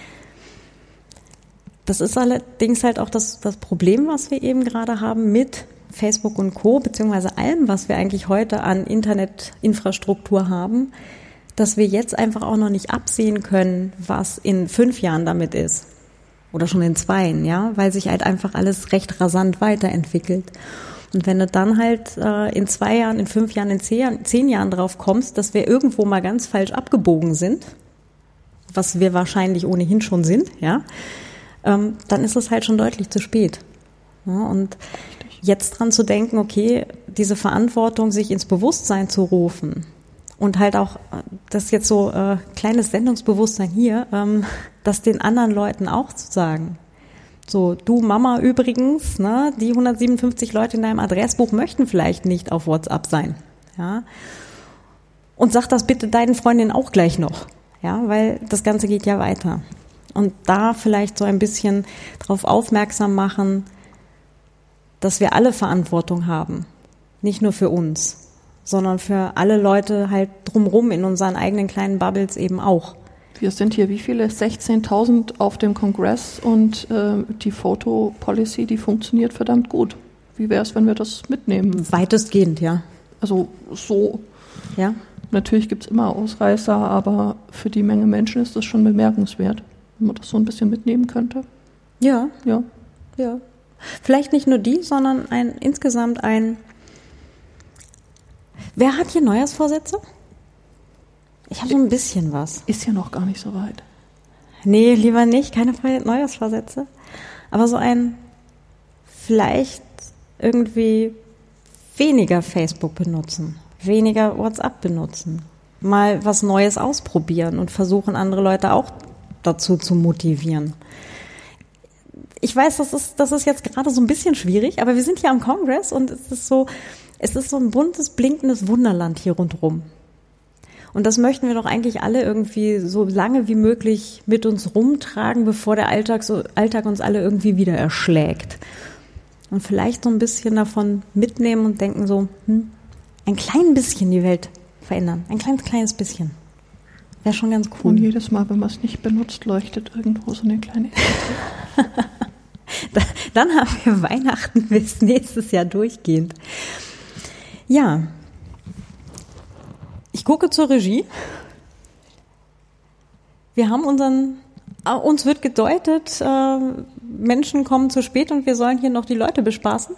Das ist allerdings halt auch das, das Problem, was wir eben gerade haben mit Facebook und Co., beziehungsweise allem, was wir eigentlich heute an Internetinfrastruktur haben, dass wir jetzt einfach auch noch nicht absehen können, was in fünf Jahren damit ist. Oder schon in zweien, ja, weil sich halt einfach alles recht rasant weiterentwickelt. Und wenn du dann halt äh, in zwei Jahren, in fünf Jahren, in zehn Jahren, zehn Jahren drauf kommst, dass wir irgendwo mal ganz falsch abgebogen sind, was wir wahrscheinlich ohnehin schon sind, ja, ähm, dann ist es halt schon deutlich zu spät. Ja, und jetzt dran zu denken, okay, diese Verantwortung, sich ins Bewusstsein zu rufen und halt auch, das ist jetzt so äh, kleines Sendungsbewusstsein hier, ähm, das den anderen Leuten auch zu sagen. So, du Mama übrigens, ne, die hundertsiebenundfünfzig Leute in deinem Adressbuch möchten vielleicht nicht auf WhatsApp sein, ja. Und sag das bitte deinen Freundinnen auch gleich noch, ja, weil das Ganze geht ja weiter. Und da vielleicht so ein bisschen drauf aufmerksam machen, dass wir alle Verantwortung haben. Nicht nur für uns, sondern für alle Leute halt drumrum in unseren eigenen kleinen Bubbles eben auch. Wir sind hier, wie viele? sechzehntausend auf dem Kongress und äh, die Photo-Policy, die funktioniert verdammt gut. Wie wäre es, wenn wir das mitnehmen? Weitestgehend, ja. Also so. Ja. Natürlich gibt es immer Ausreißer, aber für die Menge Menschen ist das schon bemerkenswert, wenn man das so ein bisschen mitnehmen könnte. Ja. Ja. Ja. Vielleicht nicht nur die, sondern ein insgesamt ein. Wer hat hier Neujahrsvorsätze? Ich habe so ein bisschen was. Ist ja noch gar nicht so weit. Nee, lieber nicht, keine Neujahrsvorsätze. Aber so ein vielleicht irgendwie weniger Facebook benutzen, weniger WhatsApp benutzen, mal was Neues ausprobieren und versuchen, andere Leute auch dazu zu motivieren. Ich weiß, das ist, das ist jetzt gerade so ein bisschen schwierig, aber wir sind hier am Kongress und es ist so, es ist so ein buntes, blinkendes Wunderland hier rundherum. Und das möchten wir doch eigentlich alle irgendwie so lange wie möglich mit uns rumtragen, bevor der Alltag, so, Alltag uns alle irgendwie wieder erschlägt. Und vielleicht so ein bisschen davon mitnehmen und denken so, hm, ein klein bisschen die Welt verändern. Ein kleines, kleines bisschen. Wäre schon ganz cool. Und jedes Mal, wenn man es nicht benutzt, leuchtet irgendwo so eine kleine da, Dann haben wir Weihnachten bis nächstes Jahr durchgehend. Ja. Ich gucke zur Regie. Wir haben unseren, uns wird gedeutet, äh, Menschen kommen zu spät und wir sollen hier noch die Leute bespaßen.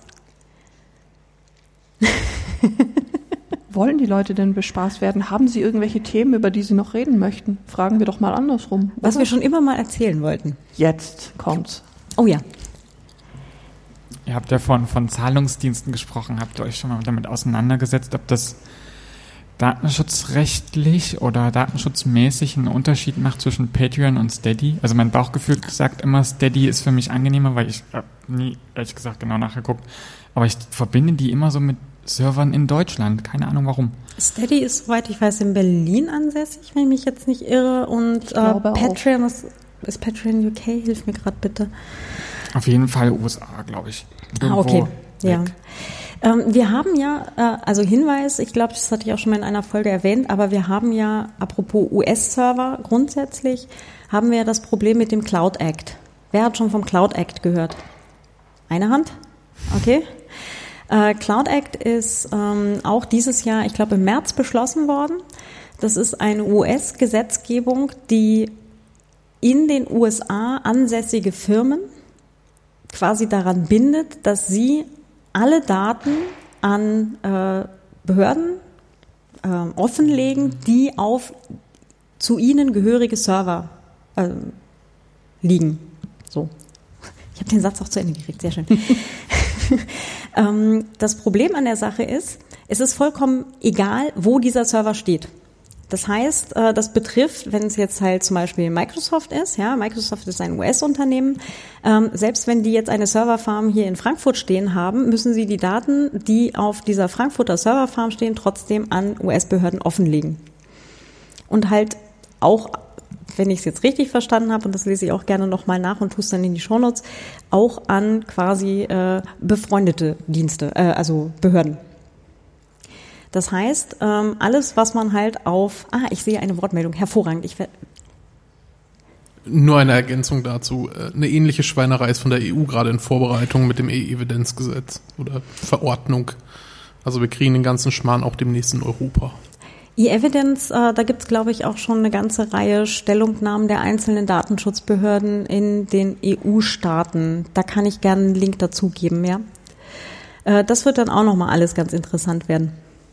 Wollen die Leute denn bespaßt werden? Haben sie irgendwelche Themen, über die sie noch reden möchten? Fragen wir doch mal andersrum. Was oder? Wir schon immer mal erzählen wollten. Jetzt kommt's. Oh ja. Ihr habt ja von, von Zahlungsdiensten gesprochen. Habt ihr euch schon mal damit auseinandergesetzt, ob das datenschutzrechtlich oder datenschutzmäßig einen Unterschied macht zwischen Patreon und Steady. Also mein Bauchgefühl sagt immer, Steady ist für mich angenehmer, weil ich habe nie, ehrlich gesagt, genau nachgeguckt. Aber ich verbinde die immer so mit Servern in Deutschland. Keine Ahnung warum. Steady ist, soweit ich weiß, in Berlin ansässig, wenn ich mich jetzt nicht irre. Und äh, Patreon ist, ist Patreon U K? Hilf mir gerade bitte. Auf jeden Fall U S A, glaube ich. Irgendwo ah, okay. Ja. Ähm, wir haben ja, äh, also Hinweis, ich glaube, das hatte ich auch schon mal in einer Folge erwähnt, aber wir haben ja, apropos U S-Server, grundsätzlich haben wir ja das Problem mit dem Cloud Act. Wer hat schon vom Cloud Act gehört? Eine Hand? Okay. Äh, Cloud Act ist ähm, auch dieses Jahr, ich glaube im März beschlossen worden. Das ist eine U S-Gesetzgebung, die in den U S A ansässige Firmen quasi daran bindet, dass sie alle Daten an äh, Behörden äh, offenlegen, die auf zu ihnen gehörige Server äh, liegen. So. Ich habe den Satz auch zu Ende gekriegt, sehr schön. ähm, das Problem an der Sache ist, es ist vollkommen egal, wo dieser Server steht. Das heißt, äh, das betrifft, wenn es jetzt halt zum Beispiel Microsoft ist, ja, Microsoft ist ein U S-Unternehmen, ähm, selbst wenn die jetzt eine Serverfarm hier in Frankfurt stehen haben, müssen sie die Daten, die auf dieser Frankfurter Serverfarm stehen, trotzdem an U S-Behörden offenlegen. Und halt auch, wenn ich es jetzt richtig verstanden habe, und das lese ich auch gerne nochmal nach und tue es dann in die Shownotes, auch an quasi äh, befreundete Dienste, äh, also Behörden. Das heißt, ähm, alles, was man halt auf, ah, ich sehe eine Wortmeldung, hervorragend. Ich ver- Nur eine Ergänzung dazu. Eine ähnliche Schweinerei ist von der E U gerade in Vorbereitung mit dem E-Evidenzgesetz oder Verordnung. Also wir kriegen den ganzen Schmarrn auch demnächst in Europa. E-Evidence, äh, da gibt es, glaube ich, auch schon eine ganze Reihe Stellungnahmen der einzelnen Datenschutzbehörden in den E U-Staaten. Da kann ich gerne einen Link dazu geben, ja. Äh, das wird dann auch nochmal alles ganz interessant werden.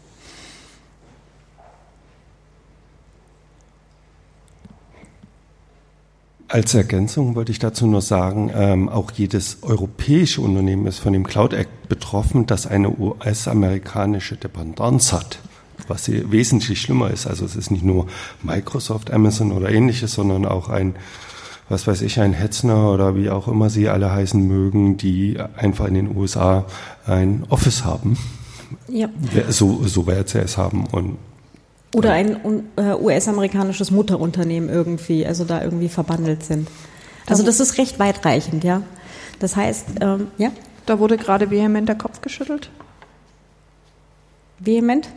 Als Ergänzung wollte ich dazu nur sagen, ähm, auch jedes europäische Unternehmen ist von dem Cloud Act betroffen, das eine U S-amerikanische Dependenz hat, was wesentlich schlimmer ist. Also es ist nicht nur Microsoft, Amazon oder ähnliches, sondern auch ein, was weiß ich, ein Hetzner oder wie auch immer sie alle heißen mögen, die einfach in den U S A ein Office haben. Ja. So, so wird sie es haben und Oder ein U S-amerikanisches Mutterunternehmen irgendwie, also da irgendwie verbandelt sind. Also das ist recht weitreichend, ja. Das heißt, ähm, ja? Da wurde gerade vehement der Kopf geschüttelt. Vehement?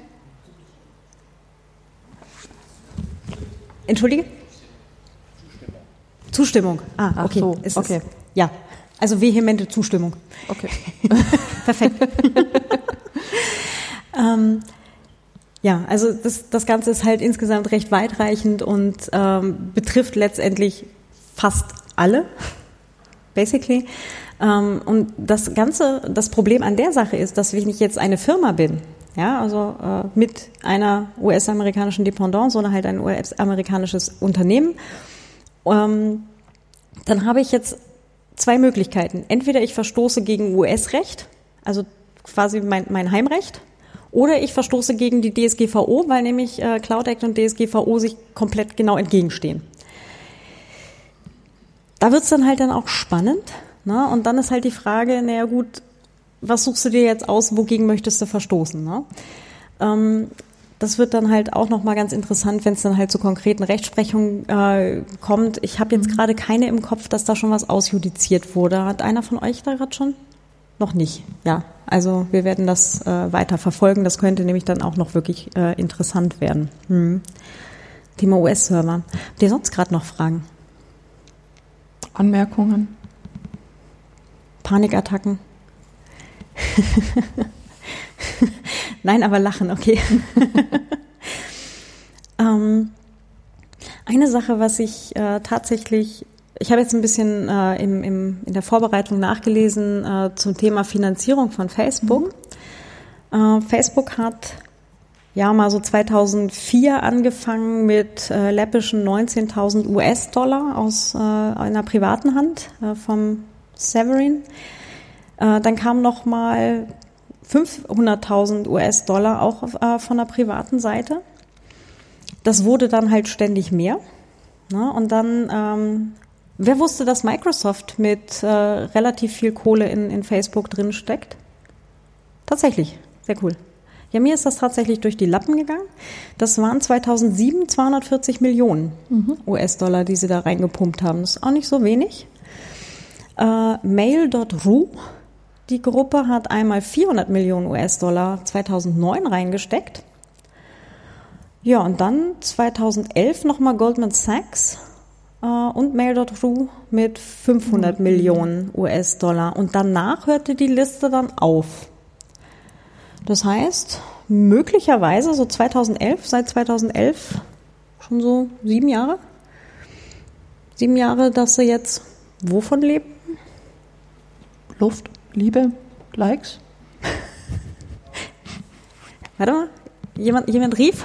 Entschuldige? Zustimmung. Ah, okay. Ach so, es okay. Ist, ja, also vehemente Zustimmung. Okay. Perfekt. ähm, Ja, also das, das Ganze ist halt insgesamt recht weitreichend und ähm, betrifft letztendlich fast alle, basically. Ähm, und das Ganze, das Problem an der Sache ist, dass wenn ich jetzt eine Firma bin, ja, also äh, mit einer U S-amerikanischen Dependance oder halt ein U S-amerikanisches Unternehmen, ähm, dann habe ich jetzt zwei Möglichkeiten. Entweder ich verstoße gegen U S-Recht, also quasi mein, mein Heimrecht, oder ich verstoße gegen die D S G V O, weil nämlich äh, Cloud Act und D S G V O sich komplett genau entgegenstehen. Da wird's dann halt dann auch spannend, ne? Und dann ist halt die Frage, naja gut, was suchst du dir jetzt aus, wogegen möchtest du verstoßen? Ne? Ähm, das wird dann halt auch nochmal ganz interessant, wenn es dann halt zu konkreten Rechtsprechungen äh, kommt. Ich habe jetzt gerade keine im Kopf, dass da schon was ausjudiziert wurde. Hat einer von euch da gerade schon? Noch nicht, ja. Also wir werden das äh, weiter verfolgen. Das könnte nämlich dann auch noch wirklich äh, interessant werden. Hm. Thema U S-Server. Habt ihr sonst gerade noch Fragen? Anmerkungen? Panikattacken? Nein, aber lachen, okay. ähm, eine Sache, was ich äh, tatsächlich... Ich habe jetzt ein bisschen äh, im, im, in der Vorbereitung nachgelesen äh, zum Thema Finanzierung von Facebook. Mhm. Äh, Facebook hat ja mal so zweitausendvier angefangen mit äh, läppischen neunzehntausend U S-Dollar aus äh, einer privaten Hand äh, vom Severin. Äh, dann kam noch mal fünfhunderttausend U S-Dollar auch äh, von der privaten Seite. Das wurde dann halt ständig mehr. Ne? Und dann, ähm, wer wusste, dass Microsoft mit äh, relativ viel Kohle in, in Facebook drin steckt? Tatsächlich, sehr cool. Ja, mir ist das tatsächlich durch die Lappen gegangen. Das waren zweitausendsieben zweihundertvierzig Millionen mhm. U S-Dollar, die sie da reingepumpt haben. Das ist auch nicht so wenig. Äh, Mail Punkt ru, die Gruppe hat einmal vierhundert Millionen U S-Dollar zweitausendneun reingesteckt. Ja, und dann zweitausendelf nochmal Goldman Sachs äh, und Mail Punkt ru mit fünfhundert mhm. Millionen U S-Dollar. Und danach hörte die Liste dann auf. Das heißt, möglicherweise so zweitausendelf, seit zweitausendelf, schon so sieben Jahre, sieben Jahre, dass sie jetzt wovon leben? Luft, Liebe, Likes. Warte mal, jemand, jemand rief?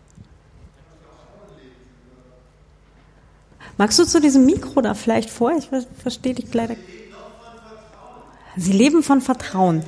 Magst du zu diesem Mikro da vielleicht vor? Ich verstehe dich leider. Sie leben von Vertrauen.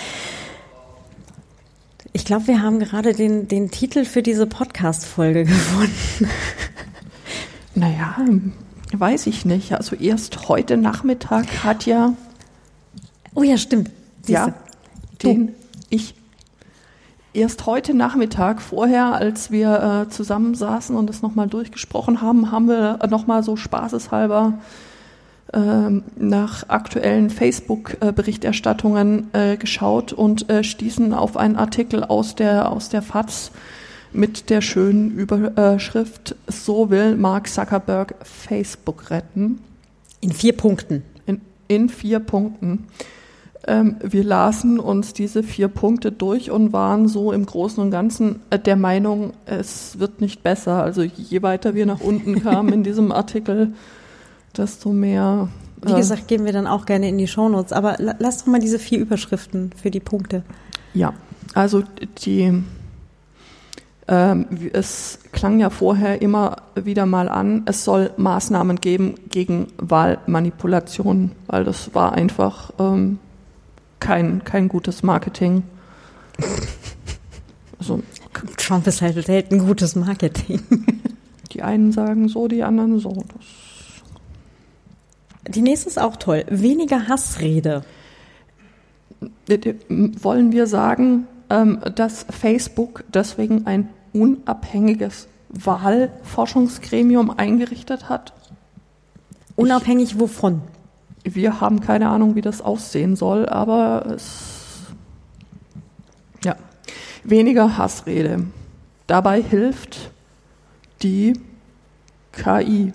Ich glaube, wir haben gerade den, den Titel für diese Podcast-Folge gefunden. Naja, weiß ich nicht. Also erst heute Nachmittag hat ja... Oh ja, stimmt. Ja, den ich... Erst heute Nachmittag, vorher, als wir äh, zusammensaßen und das nochmal durchgesprochen haben, haben wir nochmal so spaßeshalber äh, nach aktuellen Facebook-Berichterstattungen äh, geschaut und äh, stießen auf einen Artikel aus der, aus der F A Z mit der schönen Überschrift: So will Mark Zuckerberg Facebook retten. In vier Punkten. In, in vier Punkten. Ähm, wir lasen uns diese vier Punkte durch und waren so im Großen und Ganzen äh, der Meinung, es wird nicht besser. Also je weiter wir nach unten kamen in diesem Artikel, desto mehr... Äh Wie gesagt, gehen wir dann auch gerne in die Shownotes. Aber la- lass doch mal diese vier Überschriften für die Punkte. Ja, also die... Ähm, es klang ja vorher immer wieder mal an, es soll Maßnahmen geben gegen Wahlmanipulationen, weil das war einfach... Ähm, Kein, kein gutes Marketing. Also, Trump ist halt selten gutes Marketing. Die einen sagen so, die anderen so. Das die nächste ist auch toll. Weniger Hassrede. Wollen wir sagen, dass Facebook deswegen ein unabhängiges Wahlforschungsgremium eingerichtet hat? Unabhängig ich, wovon? Wir haben keine Ahnung, wie das aussehen soll, aber es, ja, weniger Hassrede. Dabei hilft die K I.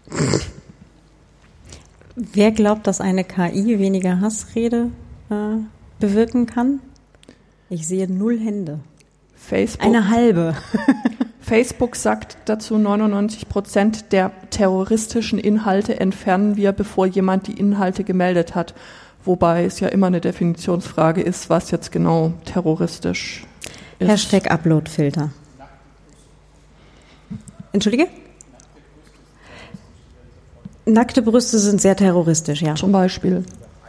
Wer glaubt, dass eine K I weniger Hassrede äh, bewirken kann? Ich sehe null Hände. Facebook. Eine halbe. Facebook sagt dazu, neunundneunzig Prozent der terroristischen Inhalte entfernen wir, bevor jemand die Inhalte gemeldet hat. Wobei es ja immer eine Definitionsfrage ist, was jetzt genau terroristisch ist. Hashtag Uploadfilter. Entschuldige? Nackte Brüste sind sehr terroristisch, ja. Zum Beispiel.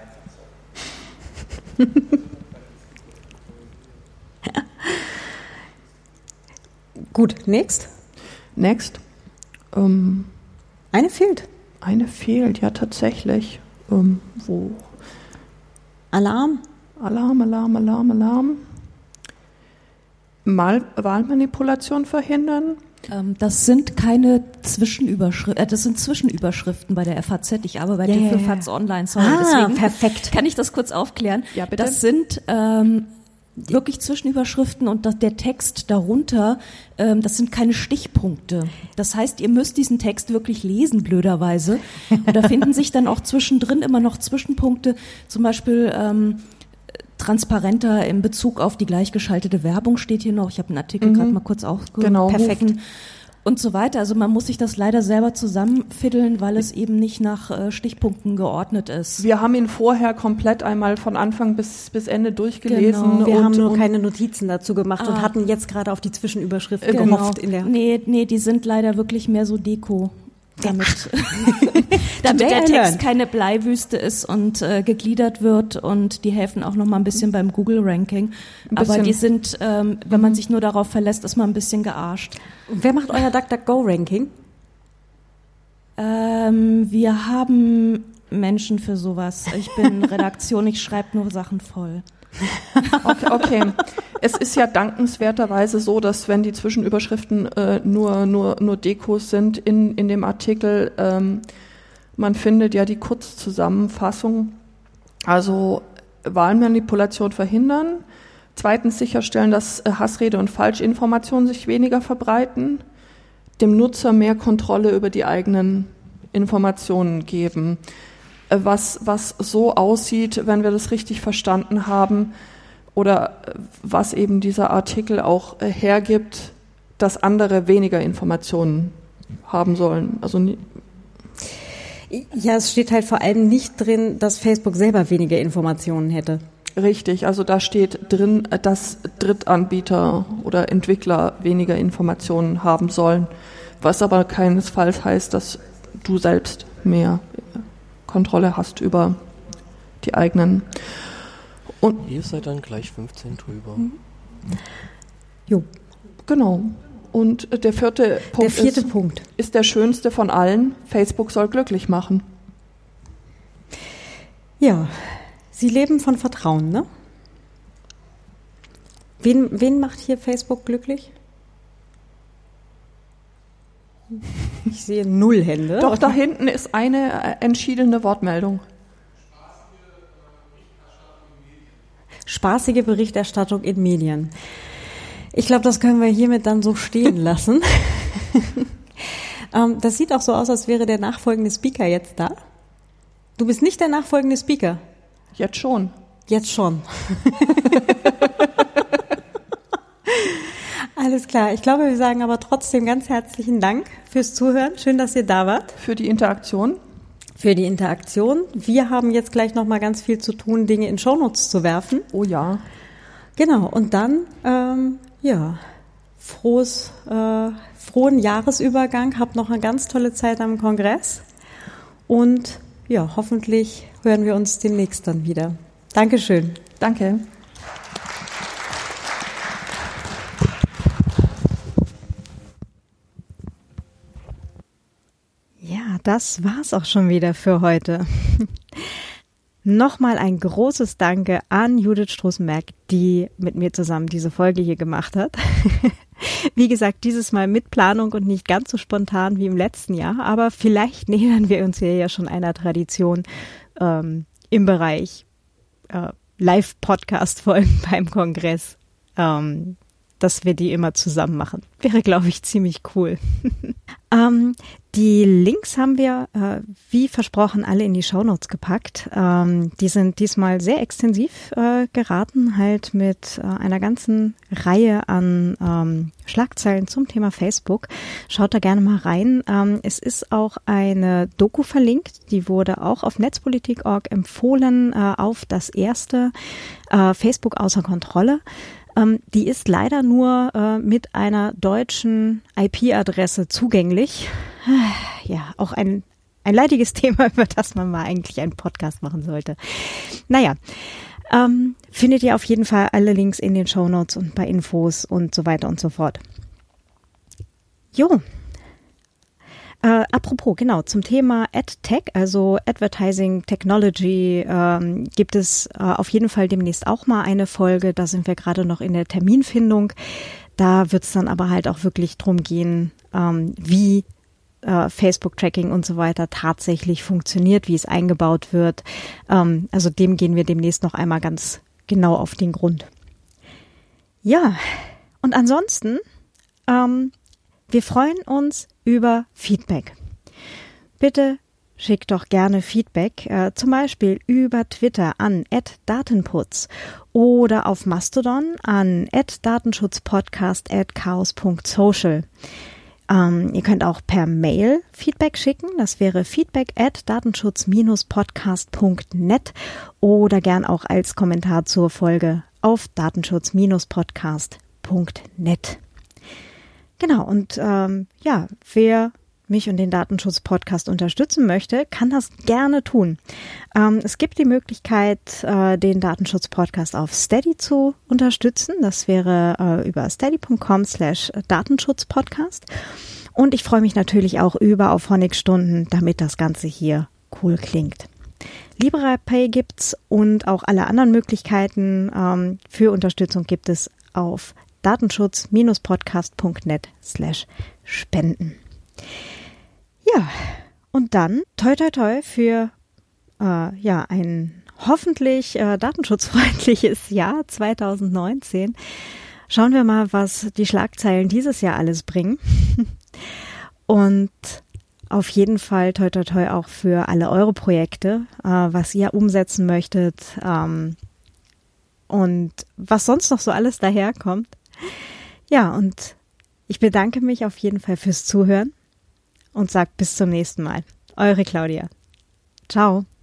Gut, next. Next. Ähm, eine fehlt. Eine fehlt, ja tatsächlich. Ähm, wo? Alarm. Alarm, Alarm, Alarm, Alarm. Mal Wahlmanipulation verhindern. Ähm, das sind keine Zwischenüberschriften, äh, das sind Zwischenüberschriften bei der F A Z. Ich arbeite yeah, für yeah. F A Z Online, sorry. Ah, deswegen perfekt. Kann ich das kurz aufklären? Ja, bitte. Das sind ähm, wirklich Zwischenüberschriften und das, der Text darunter, ähm, das sind keine Stichpunkte. Das heißt, ihr müsst diesen Text wirklich lesen, blöderweise. Und da finden sich dann auch zwischendrin immer noch Zwischenpunkte, zum Beispiel ähm, transparenter in Bezug auf die gleichgeschaltete Werbung steht hier noch. Ich habe einen Artikel mhm. gerade mal kurz aufgerufen. Genau, perfekt. Und so weiter. Also man muss sich das leider selber zusammenfiddeln, weil es eben nicht nach äh, Stichpunkten geordnet ist. Wir haben ihn vorher komplett einmal von Anfang bis, bis Ende durchgelesen. Genau. Wir und, haben nur und keine Notizen dazu gemacht ah. und hatten jetzt gerade auf die Zwischenüberschrift genau. gehofft. In der nee, nee, die sind leider wirklich mehr so Deko. damit, damit der Text keine Bleiwüste ist und äh, gegliedert wird, und die helfen auch noch mal ein bisschen beim Google-Ranking. Aber die sind, ähm, wenn man sich nur darauf verlässt, ist man ein bisschen gearscht. Wer macht euer DuckDuckGo-Ranking? Ähm, wir haben Menschen für sowas. Ich bin Redaktion, ich schreibe nur Sachen voll. Okay, okay. Es ist ja dankenswerterweise so, dass wenn die Zwischenüberschriften äh, nur nur nur Dekos sind in in dem Artikel, ähm, man findet ja die Kurzzusammenfassung. Also Wahlmanipulation verhindern. Zweitens sicherstellen, dass äh, Hassrede und Falschinformationen sich weniger verbreiten. Dem Nutzer mehr Kontrolle über die eigenen Informationen geben. Was, was so aussieht, wenn wir das richtig verstanden haben, oder was eben dieser Artikel auch hergibt, dass andere weniger Informationen haben sollen. Also nie ja, es steht halt vor allem nicht drin, dass Facebook selber weniger Informationen hätte. Richtig, also da steht drin, dass Drittanbieter oder Entwickler weniger Informationen haben sollen, was aber keinesfalls heißt, dass du selbst mehr Kontrolle hast über die eigenen. Und ihr seid dann gleich fünfzehn drüber. Jo. Genau. Und der vierte Punkt, der vierte ist, Punkt ist der schönste von allen. Facebook soll glücklich machen. Ja, Sie leben von Vertrauen, ne? Wen, wen macht hier Facebook glücklich? Ich sehe null Hände. Doch, da hinten ist eine entschiedene Wortmeldung. Spaßige Berichterstattung in Medien. Ich glaube, das können wir hiermit dann so stehen lassen. ähm, das sieht auch so aus, als wäre der nachfolgende Speaker jetzt da. Du bist nicht der nachfolgende Speaker. Jetzt schon. Jetzt schon. Alles klar. Ich glaube, wir sagen aber trotzdem ganz herzlichen Dank fürs Zuhören. Schön, dass ihr da wart. Für die Interaktion. Für die Interaktion. Wir haben jetzt gleich noch mal ganz viel zu tun, Dinge in Shownotes zu werfen. Oh ja. Genau. Und dann, ähm, ja, frohes, äh, frohen Jahresübergang. Habt noch eine ganz tolle Zeit am Kongress. Und ja, hoffentlich hören wir uns demnächst dann wieder. Dankeschön. Danke. Ja, das war's auch schon wieder für heute. Nochmal ein großes Danke an Judith Strosenberg, die mit mir zusammen diese Folge hier gemacht hat. Wie gesagt, dieses Mal mit Planung und nicht ganz so spontan wie im letzten Jahr, aber vielleicht nähern wir uns hier ja schon einer Tradition ähm, im Bereich äh, Live-Podcast-Folgen beim Kongress, ähm, dass wir die immer zusammen machen. Wäre, glaube ich, ziemlich cool. ähm, die Links haben wir, äh, wie versprochen, alle in die Shownotes gepackt. Ähm, die sind diesmal sehr extensiv äh, geraten, halt mit äh, einer ganzen Reihe an ähm, Schlagzeilen zum Thema Facebook. Schaut da gerne mal rein. Ähm, es ist auch eine Doku verlinkt, die wurde auch auf netzpolitik punkt org empfohlen, äh, auf das erste äh, Facebook außer Kontrolle. Ähm, die ist leider nur äh, mit einer deutschen I P-Adresse zugänglich. Ja, auch ein, ein leidiges Thema, über das man mal eigentlich einen Podcast machen sollte. Naja, ähm, findet ihr auf jeden Fall alle Links in den Shownotes und bei Infos und so weiter und so fort. Jo. Äh, apropos, genau, zum Thema AdTech, also Advertising Technology, ähm, gibt es äh, auf jeden Fall demnächst auch mal eine Folge. Da sind wir gerade noch in der Terminfindung. Da wird es dann aber halt auch wirklich drum gehen, ähm, wie äh, Facebook-Tracking und so weiter tatsächlich funktioniert, wie es eingebaut wird. Ähm, also dem gehen wir demnächst noch einmal ganz genau auf den Grund. Ja, und ansonsten, ähm, wir freuen uns über Feedback. Bitte schickt doch gerne Feedback, äh, zum Beispiel über Twitter an at datenputz oder auf Mastodon an at datenschutzpodcast at chaos punkt social. Ähm, ihr könnt auch per Mail Feedback schicken, das wäre feedback at datenschutz podcast punkt net oder gern auch als Kommentar zur Folge auf datenschutz podcast punkt net. Genau, und ähm, ja, wer mich und den Datenschutz-Podcast unterstützen möchte, kann das gerne tun. Ähm, es gibt die Möglichkeit, äh, den Datenschutz-Podcast auf Steady zu unterstützen. Das wäre äh, über steady.com slash Datenschutzpodcast. Und ich freue mich natürlich auch über Auphonic-Stunden, damit das Ganze hier cool klingt. LibrePay gibt's und auch alle anderen Möglichkeiten ähm, für Unterstützung gibt es auf datenschutz-podcast.net slash spenden. Ja, und dann toi toi toi für äh, ja ein hoffentlich äh, datenschutzfreundliches Jahr zwanzig neunzehn. Schauen wir mal, was die Schlagzeilen dieses Jahr alles bringen. Und auf jeden Fall toi toi toi auch für alle eure Projekte, äh, was ihr umsetzen möchtet ähm, und was sonst noch so alles daherkommt. Ja, und ich bedanke mich auf jeden Fall fürs Zuhören und sage bis zum nächsten Mal. Eure Claudia. Ciao.